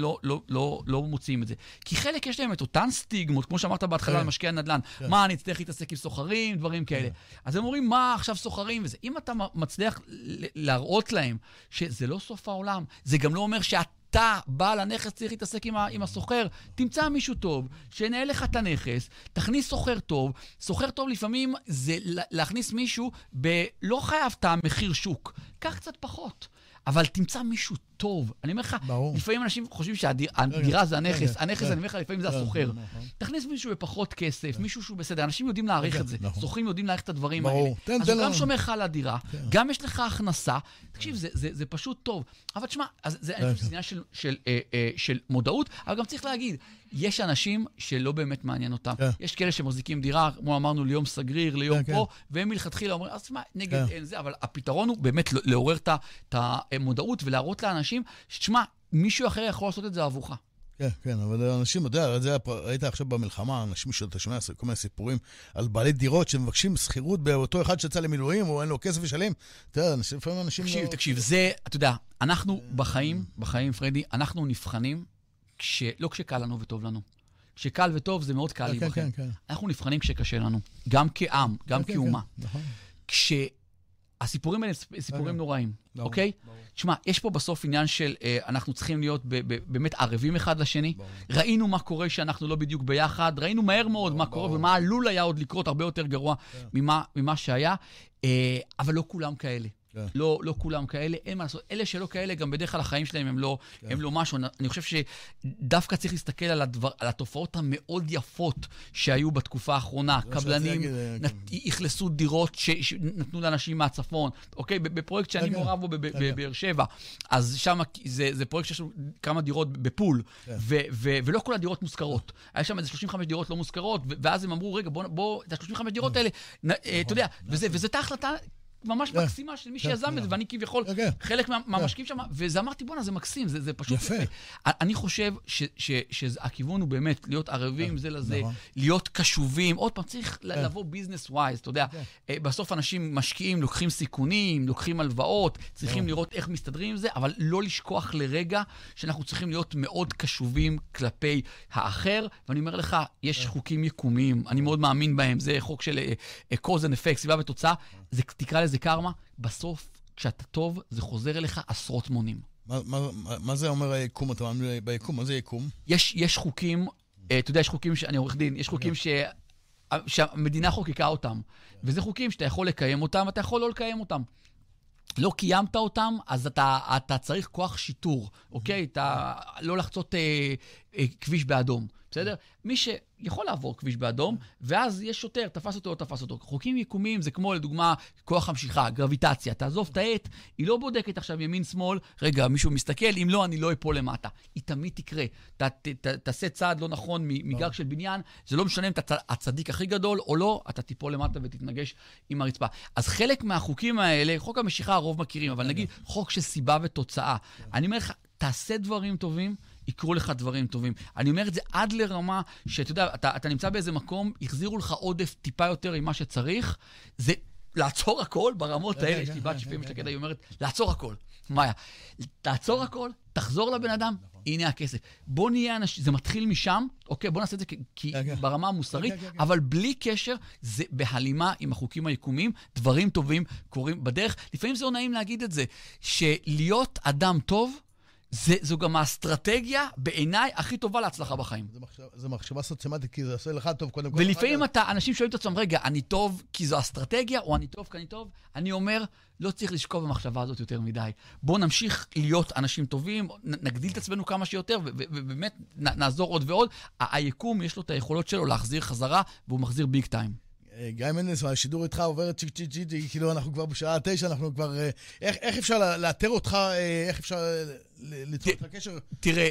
לא מוצאים את זה. כי חלק יש להם את אותן סטיגמות, כמו שאמרת בהתחלה על משקיע נדל"ן, מה, אני אצטרך להתעסק עם סוחרים, דברים כאלה. אז הם אומרים, מה עכשיו סוחרים וזה? אם אתה מצליח להראות להם שזה לא סוף העולם, זה גם לא אומר אתה בעל הנכס צריך להתעסק עם הסוחר, תמצא מישהו טוב, שנהל לך את הנכס, תכניס סוחר טוב. סוחר טוב לפעמים זה להכניס מישהו לא חייב את המחיר שוק, קח קצת פחות. אבל תמצא מישהו טוב. אני אומר לך, לפעמים אנשים חושבים שהדירה זה הנכס, הנכס אני אומר לך, לפעמים זה הסוחר. תכניס מישהו בפחות כסף, מישהו שהוא בסדר. אנשים יודעים להעריך את זה, סוחרים יודעים להעריך את הדברים האלה. אז הוא גם שומר לך על הדירה, גם יש לך הכנסה. תקשיב, זה פשוט טוב. אבל תשמע, זה עניין של מודעות, אבל גם צריך להגיד, יש אנשים שלא באמת מעניין אותם. יש כאלה שמחזיקים דירה, כמו אמרנו, ליום סגריר, ליום פה, והם מלכתחילה אומרים, אז תשמע, נגד אין זה, אבל הפתרון הוא באמת לעורר את המודעות ולהראות לאנשים, שתשמע, מישהו אחר יכול לעשות את זה עבורך. כן, כן, אבל אנשים, אתה יודע, ראית עכשיו במלחמה, אנשים שאתה שומע כל מיני סיפורים על בעלי דירות שמבקשים שכירות באותו אחד שיצא למילואים, או אין לו כסף לשלם. אתה יודע, לפעמים אנשים... תקשיב, זה, אתה יודע, אנחנו בחיים, פרדי, אנחנו נבחנים לא כשקל לנו וטוב לנו. כשקל וטוב זה מאוד קל להיבחן. אנחנו נבחנים כשקשה לנו, גם כעם, גם כאומה. כשהסיפורים האלה סיפורים נוראים, אוקיי? תשמע, יש פה בסוף עניין של אנחנו צריכים להיות באמת ערבים אחד לשני. ראינו מה קורה שאנחנו לא בדיוק ביחד, ראינו מהר מאוד מה קורה ומה עלול היה עוד לקרות הרבה יותר גרוע ממה שהיה, אבל לא כולם כאלה. לא כולם כאלה, אין מה לעשות. אלה שלא כאלה, גם בדרך כלל החיים שלהם הם לא משהו. אני חושב שדווקא צריך להסתכל על התופעות המאוד יפות שהיו בתקופה האחרונה. קבלנים הכלסו דירות שנתנו לאנשים מהצפון. אוקיי? בפרויקט שאני מעורב בו בבאר שבע. אז שם זה פרויקט שיש לו כמה דירות בפול, ולא כל הדירות מוזכרות. היה שם איזה 35 דירות לא מוזכרות, ואז הם אמרו, רגע, בוא, את ה-35 דירות האלה, אתה יודע, וזו הייתה החלטה ממש מקסימה של מי שיזם את זה, ואני כביכול חלק מהמשקיעים שם, וזה אמרתי, בונה, זה מקסים, זה פשוט יפה. אני חושב שהכיוון הוא באמת להיות ערבים זה לזה, להיות קשובים, עוד פעם צריך לבוא ביזנס ווייז, אתה יודע, בסוף אנשים משקיעים, לוקחים סיכונים, לוקחים הלוואות, צריכים לראות איך מסתדרים עם זה, אבל לא לשכוח לרגע שאנחנו צריכים להיות מאוד קשובים כלפי האחר, ואני אומר לך, יש חוקים יקומיים, אני מאוד מאמין בהם, זה חוק של cause and effect, סיבה ותוצאה, תקרא לזה קרמה, בסוף, כשאתה טוב, זה חוזר אליך עשרות מונים. מה זה אומר היקום? אתה מאמין ביקום? מה זה יקום? יש חוקים, אתה יודע, יש חוקים, אני עורך דין, יש חוקים שהמדינה חוקקה אותם, וזה חוקים שאתה יכול לקיים אותם, ואתה יכול לא לקיים אותם. לא קיימת אותם, אז אתה צריך כוח שיטור, אוקיי? אתה לא לחצות כביש באדום, בסדר? מי שיכול לעבור כביש באדום, ואז יש שוטר, תפס אותו או תפס אותו. חוקים יקומיים זה כמו, לדוגמה, כוח המשיכה, גרביטציה. תעזוב את העט, היא לא בודקת עכשיו ימין-שמאל, רגע, מישהו מסתכל, אם לא, אני לא אפול למטה. היא תמיד תקרה. תעשה צעד לא נכון מגג של בניין, זה לא משנה אם אתה הצדיק הכי גדול או לא, אתה תיפול למטה ותתנגש עם הרצפה. אז חלק מהחוקים האלה, חוק המשיכה הרוב מכירים, אבל נגיד, חוק של סיבה ותוצאה. אני אומר לך, תעשה דברים טובים, יקרו לך דברים טובים. אני אומר את זה עד לרמה שאתה יודע, אתה נמצא באיזה מקום, יחזירו לך עודף טיפה יותר ממה שצריך, זה לעצור הכל ברמות האלה. יש לי בת שפעים משתקד, היא אומרת, לעצור הכל. מאיה, תעצור הכל, תחזור לבן אדם, הנה הכסף. בוא נהיה אנשים, זה מתחיל משם, אוקיי, בוא נעשה את זה ברמה המוסרית, אבל בלי קשר, זה בהלימה עם החוקים היקומיים, דברים טובים קורים בדרך. לפעמים זה לא נעים להגיד את זה, שלהיות אדם טוב, זו גם האסטרטגיה בעיניי הכי טובה להצלחה בחיים. זה מחשבה סוציומטית, כי זה עושה לך טוב קודם כל. ולפעמים אנשים שואלים את עצמם, רגע, אני טוב כי זו אסטרטגיה, או אני טוב כי אני טוב? אני אומר, לא צריך לשקוב במחשבה הזאת יותר מדי. בואו נמשיך להיות אנשים טובים, נגדיל את עצמנו כמה שיותר, ובאמת נעזור עוד ועוד. היקום יש לו את היכולות שלו להחזיר חזרה, והוא מחזיר ביג טיים. גיא מנדלסון, השידור איתך עוברת צ'יק צ'יק צ'יק, כאילו אנחנו כבר בשעה 9, אנחנו כבר... איך אפשר לאתר אותך, איך אפשר ליצור את הקשר? תראה,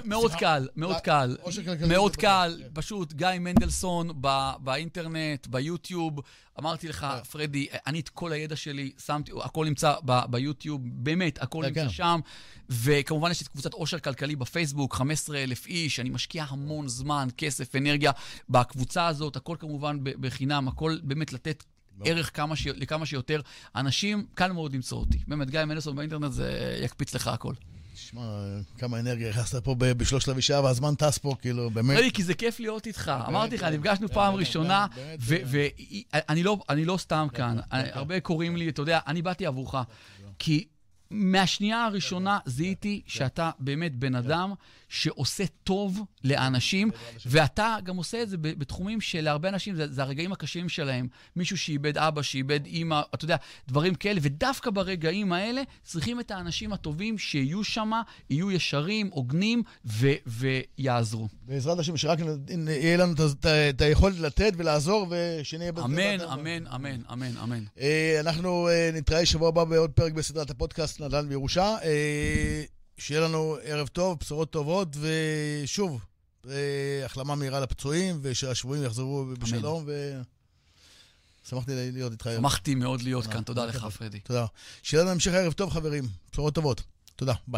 מאוד קל, פשוט גיא מנדלסון באינטרנט, ביוטיוב, אמרתי לך, פרדי, אני את כל הידע שלי, שמתי, הכל נמצא ביוטיוב, באמת, הכל נמצא שם, וכמובן יש את קבוצת עושר כלכלי בפייסבוק, 15,000 איש, אני משקיע המון זמן, כסף, אנרגיה, בקבוצה הזאת, הכל כמובן בחינם, הכל באמת לתת ערך לכמה שיותר אנשים, קל מאוד למצוא אותי. באמת, גיא מנדלסון באינטרנט, זה יקפיץ לך הכל. תשמע, כמה אנרגיה נכנסת פה בשלושת שעה, והזמן טס פה, כאילו, באמת. ראי, כי זה כיף להיות איתך. אמרתי לך, נפגשנו פעם ראשונה, ואני לא סתם כאן. הרבה קוראים לי, אתה יודע, אני באתי עבורך, כי מהשנייה הראשונה זיהיתי שאתה באמת בן אדם שעושה טוב לאנשים, ואתה גם עושה את זה בתחומים שלהרבה אנשים, זה הרגעים הקשים שלהם. מישהו שאיבד אבא, שאיבד אמא, אתה יודע, דברים כאלה, ודווקא ברגעים האלה צריכים את האנשים הטובים שיהיו שם, יהיו ישרים, הוגנים, ויעזרו. בעזרת השם, שרק יהיה לנו את היכולת לתת ולעזור, ושנהיה בזה. אמן, אמן, אמן, אמן, אמן. אנחנו נתראה שבוע הבא בעוד פרק בסדרת הפודקאסט נדל"ן וירושה. שיהיה לנו ערב טוב, בשורות טובות, ושוב, החלמה מהירה לפצועים, ושהשבועים יחזרו בשלום, ושמחתי להיות איתך. שמחתי מאוד להיות כאן, תודה לך, פרדי. תודה. שיהיה לנו המשך ערב טוב, חברים, בשורות טובות. תודה, ביי.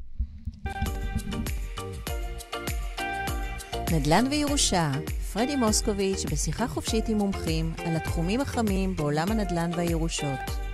נדל"ן וירושה, פרדי מוסקוביץ' בשיחה חופשית עם מומחים על התחומים החמים בעולם הנדל"ן והירושות.